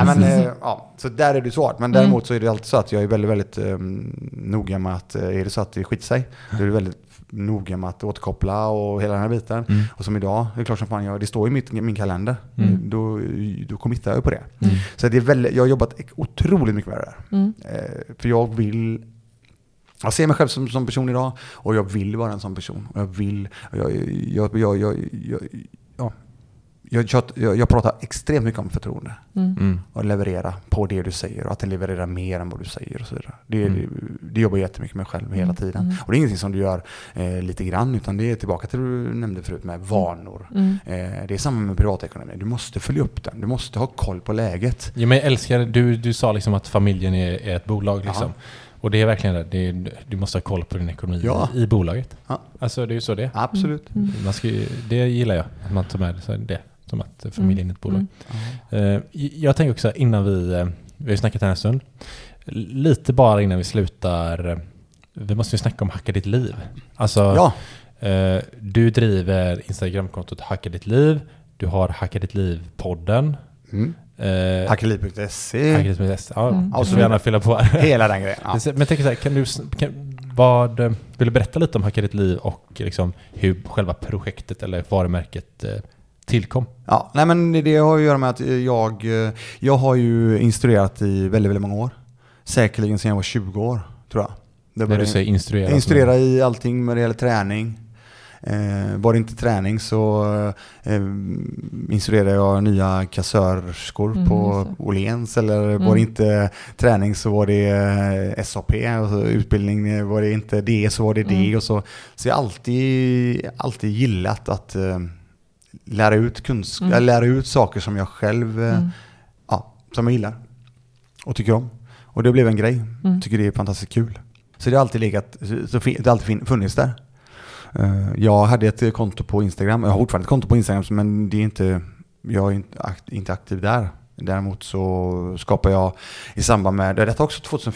[SPEAKER 1] Så där är det svårt. Men däremot så är det alltid så att jag är väldigt, väldigt noga med att är det så att det skiter sig, då är det väldigt noga med att återkoppla och hela den här biten. Och som idag, det är klart som fan, det står i min kalender. Då committar jag på det. Så det är jag har jobbat otroligt mycket med det där. För jag ser mig själv som person idag, och jag vill vara en sån person. Och jag pratar extremt mycket om förtroende. Och leverera på det du säger, och att den levererar mer än vad du säger och så vidare. Det jobbar jag jättemycket med själv hela tiden. Och det är ingenting som du gör lite grann, utan det är tillbaka till det du nämnde förut med vanor. Det är samma med privatekonomi. Du måste följa upp den. Du måste ha koll på läget.
[SPEAKER 2] Ja, men jag älskar, du sa liksom att familjen är ett bolag liksom. Och det är verkligen det. Du måste ha koll på din ekonomi i bolaget. Ja. Alltså det är ju så det är.
[SPEAKER 1] Absolut.
[SPEAKER 2] Det gillar jag, att man tar med sig det som att familjen är ett bolag. Jag tänker också, innan vi har snackat här en stund, lite bara innan vi slutar, vi måste ju snacka om Hacka ditt liv. Alltså, du driver Instagramkontot Hacka ditt liv. Du har Hacka ditt liv-podden.
[SPEAKER 1] Hackeliv.se.
[SPEAKER 2] Och så gärna fylla på
[SPEAKER 1] hela den grejen.
[SPEAKER 2] Men jag tänker så här, vill du berätta lite om Hacka ditt liv och liksom hur själva projektet eller varumärket tillkom?
[SPEAKER 1] Ja, nej, men det har att göra med att jag har ju instruerat i väldigt, väldigt många år. Säkerligen sedan jag var 20 år, tror jag.
[SPEAKER 2] När du säger instruera?
[SPEAKER 1] Instruera i allting med det gäller träning. Var det inte träning så instruerade jag nya kassörskor på Åhléns, eller var det inte träning så var det SAP, alltså utbildning, var det inte det så var det det, och så jag har alltid gillat att lära ut lära ut saker som jag själv som jag gillar och tycker om, och det blev en grej. Tycker det är fantastiskt kul, så det har alltid det har alltid funnits där. Jag hade ett konto på Instagram. Jag har fortfarande ett konto på Instagram, men jag är inte aktiv där. Däremot så skapar jag i samband med, detta också 2014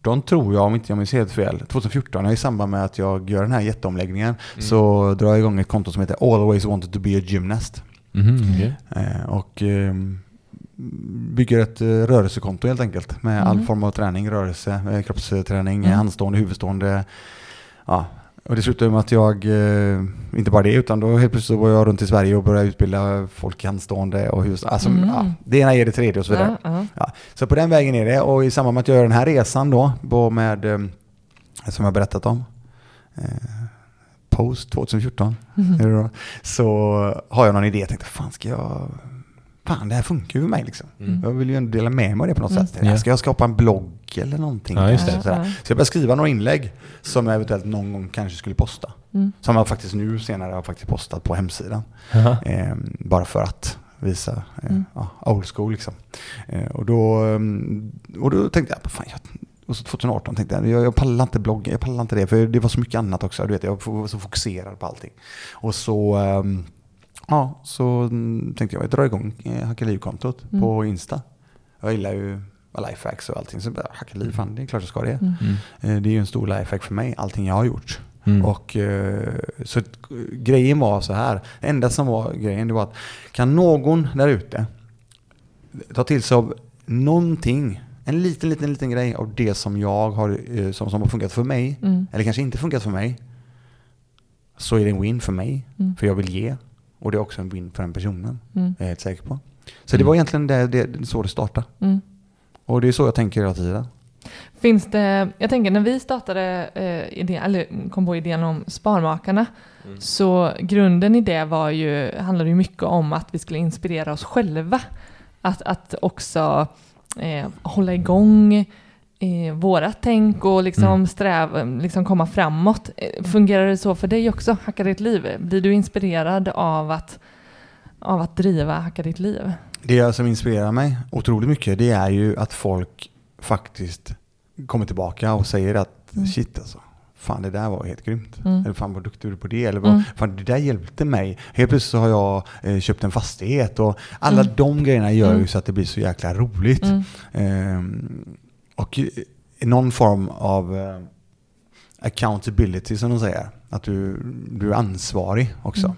[SPEAKER 1] 2014 tror jag, om inte jag minns helt fel. 2014 i samband med att jag gör den här jätteomläggningen så drar jag igång ett konto som heter Always Wanted to be a Gymnast. Och bygger ett rörelsekonto helt enkelt med all form av träning, rörelse, kroppsträning, handstående, huvudstående. Ja. Och det slutade med att jag, inte bara det, utan då helt plötsligt var jag runt i Sverige och började utbilda folk i handstående och det ena är det tredje och så vidare. Ja. Så på den vägen är det, och i samband med att jag gör den här resan då med, som jag berättat om, Post 2014, så har jag någon idé. Jag tänkte, det här funkar ju för mig liksom. Jag vill ju ändå dela med mig av det på något sätt. Ska jag skapa en blogg eller någonting?
[SPEAKER 2] Ja, just det.
[SPEAKER 1] Så jag började skriva några inlägg som jag eventuellt någon gång kanske skulle posta. Som jag faktiskt nu senare har faktiskt postat på hemsidan. Bara för att visa old school liksom. Och då tänkte jag, och så 2018 tänkte jag pallar inte blogga, jag pallar inte det, för det var så mycket annat också. Du vet, jag var så fokuserad på allting. Och så så tänkte jag dra igång Hacka Liv-kontot på Insta. Jag gillar ju lifehacks och allting, så Hacka Liv, fan, det är klart jag ska det. Det är ju en stor lifehack för mig, allting jag har gjort. Och så grejen var så här, det enda som var grejen, det var att kan någon där ute ta till sig av någonting, en liten grej av det som jag har som har funkat för mig, eller kanske inte funkat för mig, så är det en win för mig, för jag vill ge. Och det är också en win för den personen. Jag är helt säker på. Så det var egentligen det så det startade. Och det är så jag tänker hela tiden.
[SPEAKER 3] Finns det, jag tänker när vi startade eller kom på idén om Sparmakarna, så grunden i det handlade ju mycket om att vi skulle inspirera oss själva. Att också hålla igång vårat tänk och liksom liksom komma framåt. Fungerar det så för dig också, Hacka ditt liv? Blir du inspirerad av att driva Hacka ditt liv? Det
[SPEAKER 1] som inspirerar mig otroligt mycket, det är ju att folk faktiskt kommer tillbaka och säger att shit alltså, fan det där var helt grymt. Eller fan vad duktig du är på det. Eller fan det där hjälpte mig. Helt plötsligt så har jag köpt en fastighet, och alla de grejerna gör ju så att det blir så jäkla roligt. Och någon form av accountability som de säger. Att du är ansvarig också.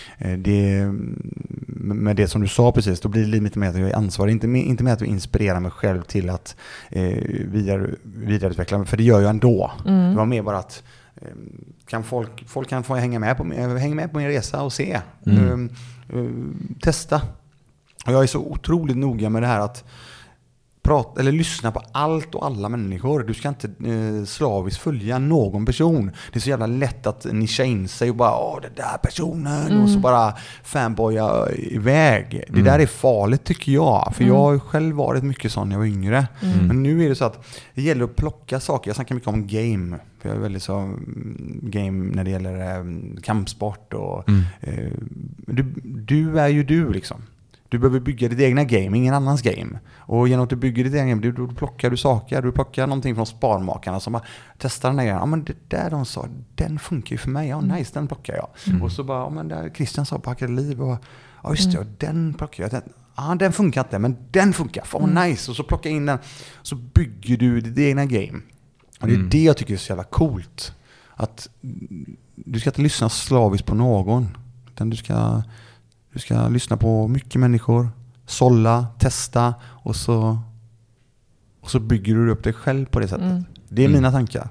[SPEAKER 1] Med det som du sa precis, då blir det lite mer att jag är ansvarig. Inte med att jag inspirerar mig själv till att vidareutveckla mig, för det gör jag ändå. Det var mer bara att folk kan få hänga med på min resa och se. Testa. Och jag är så otroligt noga med det här att lyssna på allt och alla människor. Du ska inte slaviskt följa någon person. Det är så jävla lätt att nischa in sig och bara det där personen och så bara fanboya iväg. Det där är farligt tycker jag. För jag har själv varit mycket sån när jag var yngre. Men nu är det så att det gäller att plocka saker. Jag snackar mycket om game. För jag är väldigt så game när det gäller kampsport. Och, du är ju du liksom. Du behöver bygga ditt egna game, ingen annans game. Och genom att du bygger ditt egna game, då plockar du saker. Du plockar någonting från Sparmakarna som bara testar den här grejen. Ja, men det där de sa, den funkar ju för mig. Ja, nice, den plockar jag. Och så bara, men där Christian sa på Hacka Liv. Och, ja, just det, den plockar jag. Den funkar inte, men den funkar. Nice. Och så plockar in den. Så bygger du ditt egna game. Och det är det jag tycker är så jävla coolt. Att du ska inte lyssna slaviskt på någon. Utan du ska lyssna på mycket människor, sålla, testa och så bygger du upp dig själv på det sättet. Det är mina tankar.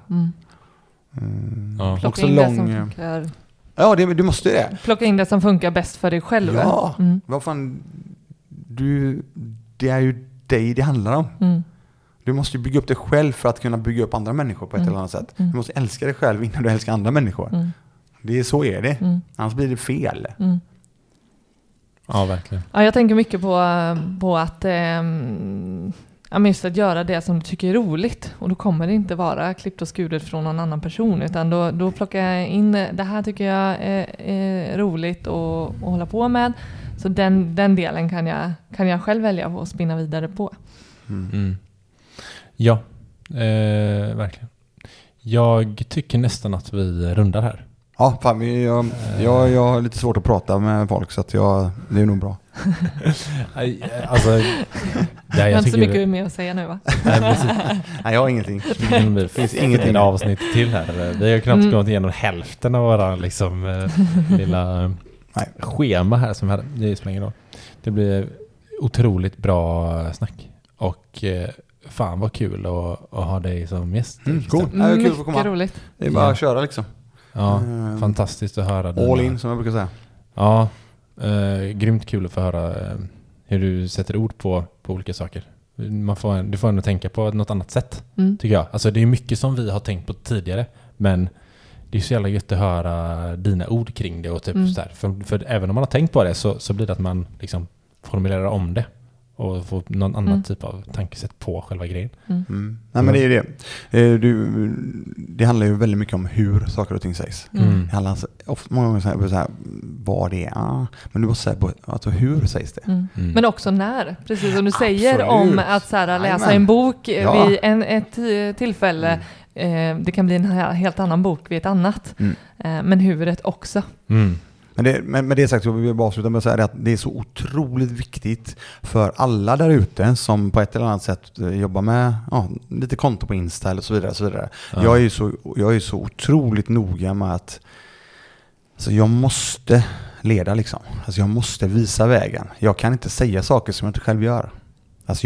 [SPEAKER 3] Plocka in det som funkar.
[SPEAKER 1] Ja, du måste det.
[SPEAKER 3] Plocka in det som funkar bäst för dig själv.
[SPEAKER 1] Ja, vad fan, det är ju dig det handlar om. Du måste ju bygga upp dig själv för att kunna bygga upp andra människor på ett eller annat sätt. Du måste älska dig själv innan du älskar andra människor. Så är det. Annars blir det fel.
[SPEAKER 2] Ja, verkligen.
[SPEAKER 3] Ja, jag tänker mycket på att just att göra det som du tycker är roligt. Och då kommer det inte vara klippt och skuret från någon annan person. Utan då plockar jag in, det här tycker jag är roligt att hålla på med. Så den delen kan jag själv välja att spinna vidare på.
[SPEAKER 2] Ja, verkligen. Jag tycker nästan att vi rundar här.
[SPEAKER 1] Ja, fan, jag har lite svårt att prata med folk så att det är nog bra.
[SPEAKER 2] Alltså,
[SPEAKER 3] jag har inte så mycket mer att säga nu, va?
[SPEAKER 1] Nej, jag har ingenting.
[SPEAKER 2] Det finns ingenting avsnitt till här. Vi har knappt gått igenom hälften av våra liksom, lilla schema här som här. Det spelar ingen roll. Det blir otroligt bra snack. Och fan vad kul att ha dig som gäst.
[SPEAKER 1] Cool. Det är kul att få komma.
[SPEAKER 3] Roligt.
[SPEAKER 1] Det är bara att köra liksom.
[SPEAKER 2] Ja, fantastiskt att höra.
[SPEAKER 1] All in, som jag brukar säga.
[SPEAKER 2] Ja, grymt kul att få höra hur du sätter ord på olika saker. Du får ändå tänka på något annat sätt, tycker jag. Alltså det är mycket som vi har tänkt på tidigare, men det är så jävla gött att höra dina ord kring det. Och typ så här, för även om man har tänkt på det så blir det att man liksom formulerar om det och få någon annan typ av tankesätt på själva grejen.
[SPEAKER 1] Nej, men det är det. Det handlar ju väldigt mycket om hur saker och ting sägs. Det handlar ofta många gånger så här, vad det är. Men du måste säga på alltså, hur sägs det.
[SPEAKER 3] Men också när. Precis som du säger om att så här, läsa en bok vid ett tillfälle. Det kan bli en helt annan bok vid ett annat. Men huvudet också.
[SPEAKER 1] Men det sagt så vill jag bara avsluta med att säga att det är så otroligt viktigt för alla där ute som på ett eller annat sätt jobbar med lite konto på Insta eller så vidare. Så vidare. Ja. Jag är så otroligt noga med att alltså jag måste leda liksom. Alltså jag måste visa vägen. Jag kan inte säga saker som jag inte själv gör. Alltså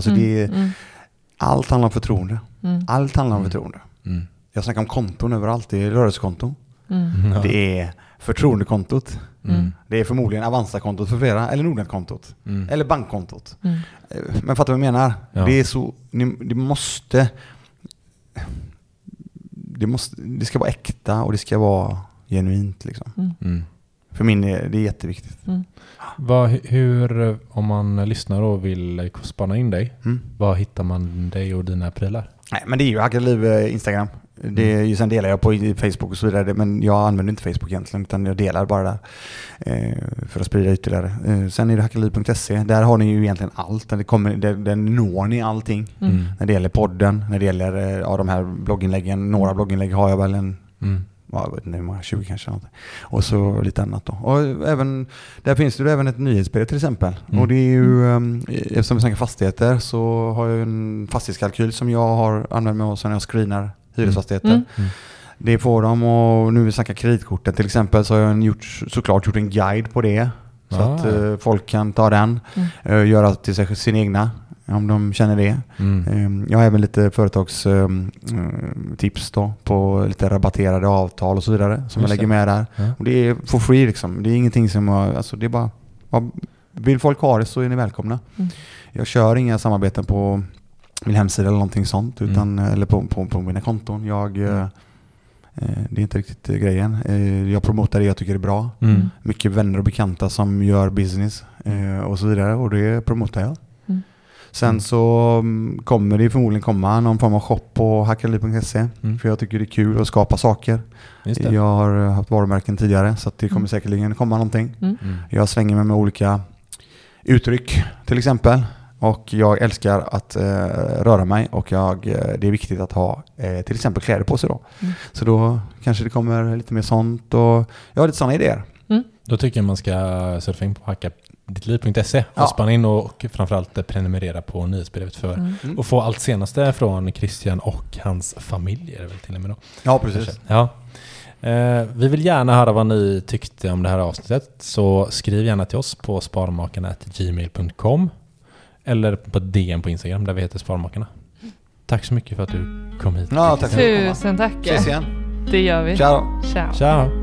[SPEAKER 1] allt handlar om förtroende. Allt handlar om förtroende. Jag snackar om konton överallt. Det är rörelsekonton. Det är förtroendekontot. Det är förmodligen Avanza-kontot för flera, eller Nordnet-kontot, eller bankkontot. Men fattar vad jag menar? Ja. Det är så, det ska vara äkta och det ska vara genuint liksom. För min det är jätteviktigt.
[SPEAKER 2] Hur, om man lyssnar och vill spana in dig, var hittar man dig och dina prylar?
[SPEAKER 1] Nej, men det är ju Hackade Liv Instagram. Det är ju, sen delar jag på Facebook och så vidare, men jag använder inte Facebook egentligen utan jag delar bara där för att sprida ytterligare. Sen är det hackadeliv.se, där har ni ju egentligen allt. Där når ni allting när det gäller podden, när det gäller de här blogginläggen. Några blogginlägg har jag väl jag vet inte, 20 kanske. Och så lite annat då. Och även, där finns det även ett nyhetsbrev till exempel. Och det är ju, eftersom vi snackar fastigheter så har jag en fastighetskalkyl som jag har använt mig av när jag screenar hyresfastigheter. Det får de, och nu vi snackar kreditkorten till exempel så har jag såklart gjort en guide på det. Så att folk kan ta den göra till sin egna om de känner det. Jag har även lite företagstips då på lite rabatterade avtal och så vidare som jag lägger med där. Och det är for free liksom. Det är ingenting som alltså det är bara vill folk ha det så är ni välkomna. Jag kör inga samarbeten på min hemsida eller någonting sånt utan eller på mina konton. Det är inte riktigt grejen. Jag promotar det jag tycker är bra. Mycket vänner och bekanta som gör business och så vidare, och det promotar jag. Sen så kommer det förmodligen komma någon form av shop på hackadeliv.se för jag tycker det är kul att skapa saker. Jag har haft varumärken tidigare så att det kommer säkerligen komma någonting. Jag slänger mig med olika uttryck till exempel. Och jag älskar att röra mig och det är viktigt att ha till exempel kläder på sig då. Så då kanske det kommer lite mer sånt och jag har lite sådana idéer.
[SPEAKER 2] Då tycker jag man ska surfa in på hackadeliv.se och spana in och framförallt prenumerera på nyhetsbrevet för att få allt senaste från Christian och hans familj är det väl till och med då.
[SPEAKER 1] Ja, precis.
[SPEAKER 2] Ja. Vi vill gärna höra vad ni tyckte om det här avsnittet, så skriv gärna till oss på sparmakarna@gmail.com eller på DM på Instagram där vi heter Sparmakarna. Tack så mycket för att du kom hit.
[SPEAKER 1] Ja, tack.
[SPEAKER 3] Tusen tack.
[SPEAKER 1] Ses igen.
[SPEAKER 3] Det gör vi.
[SPEAKER 1] Ciao.
[SPEAKER 2] Ciao.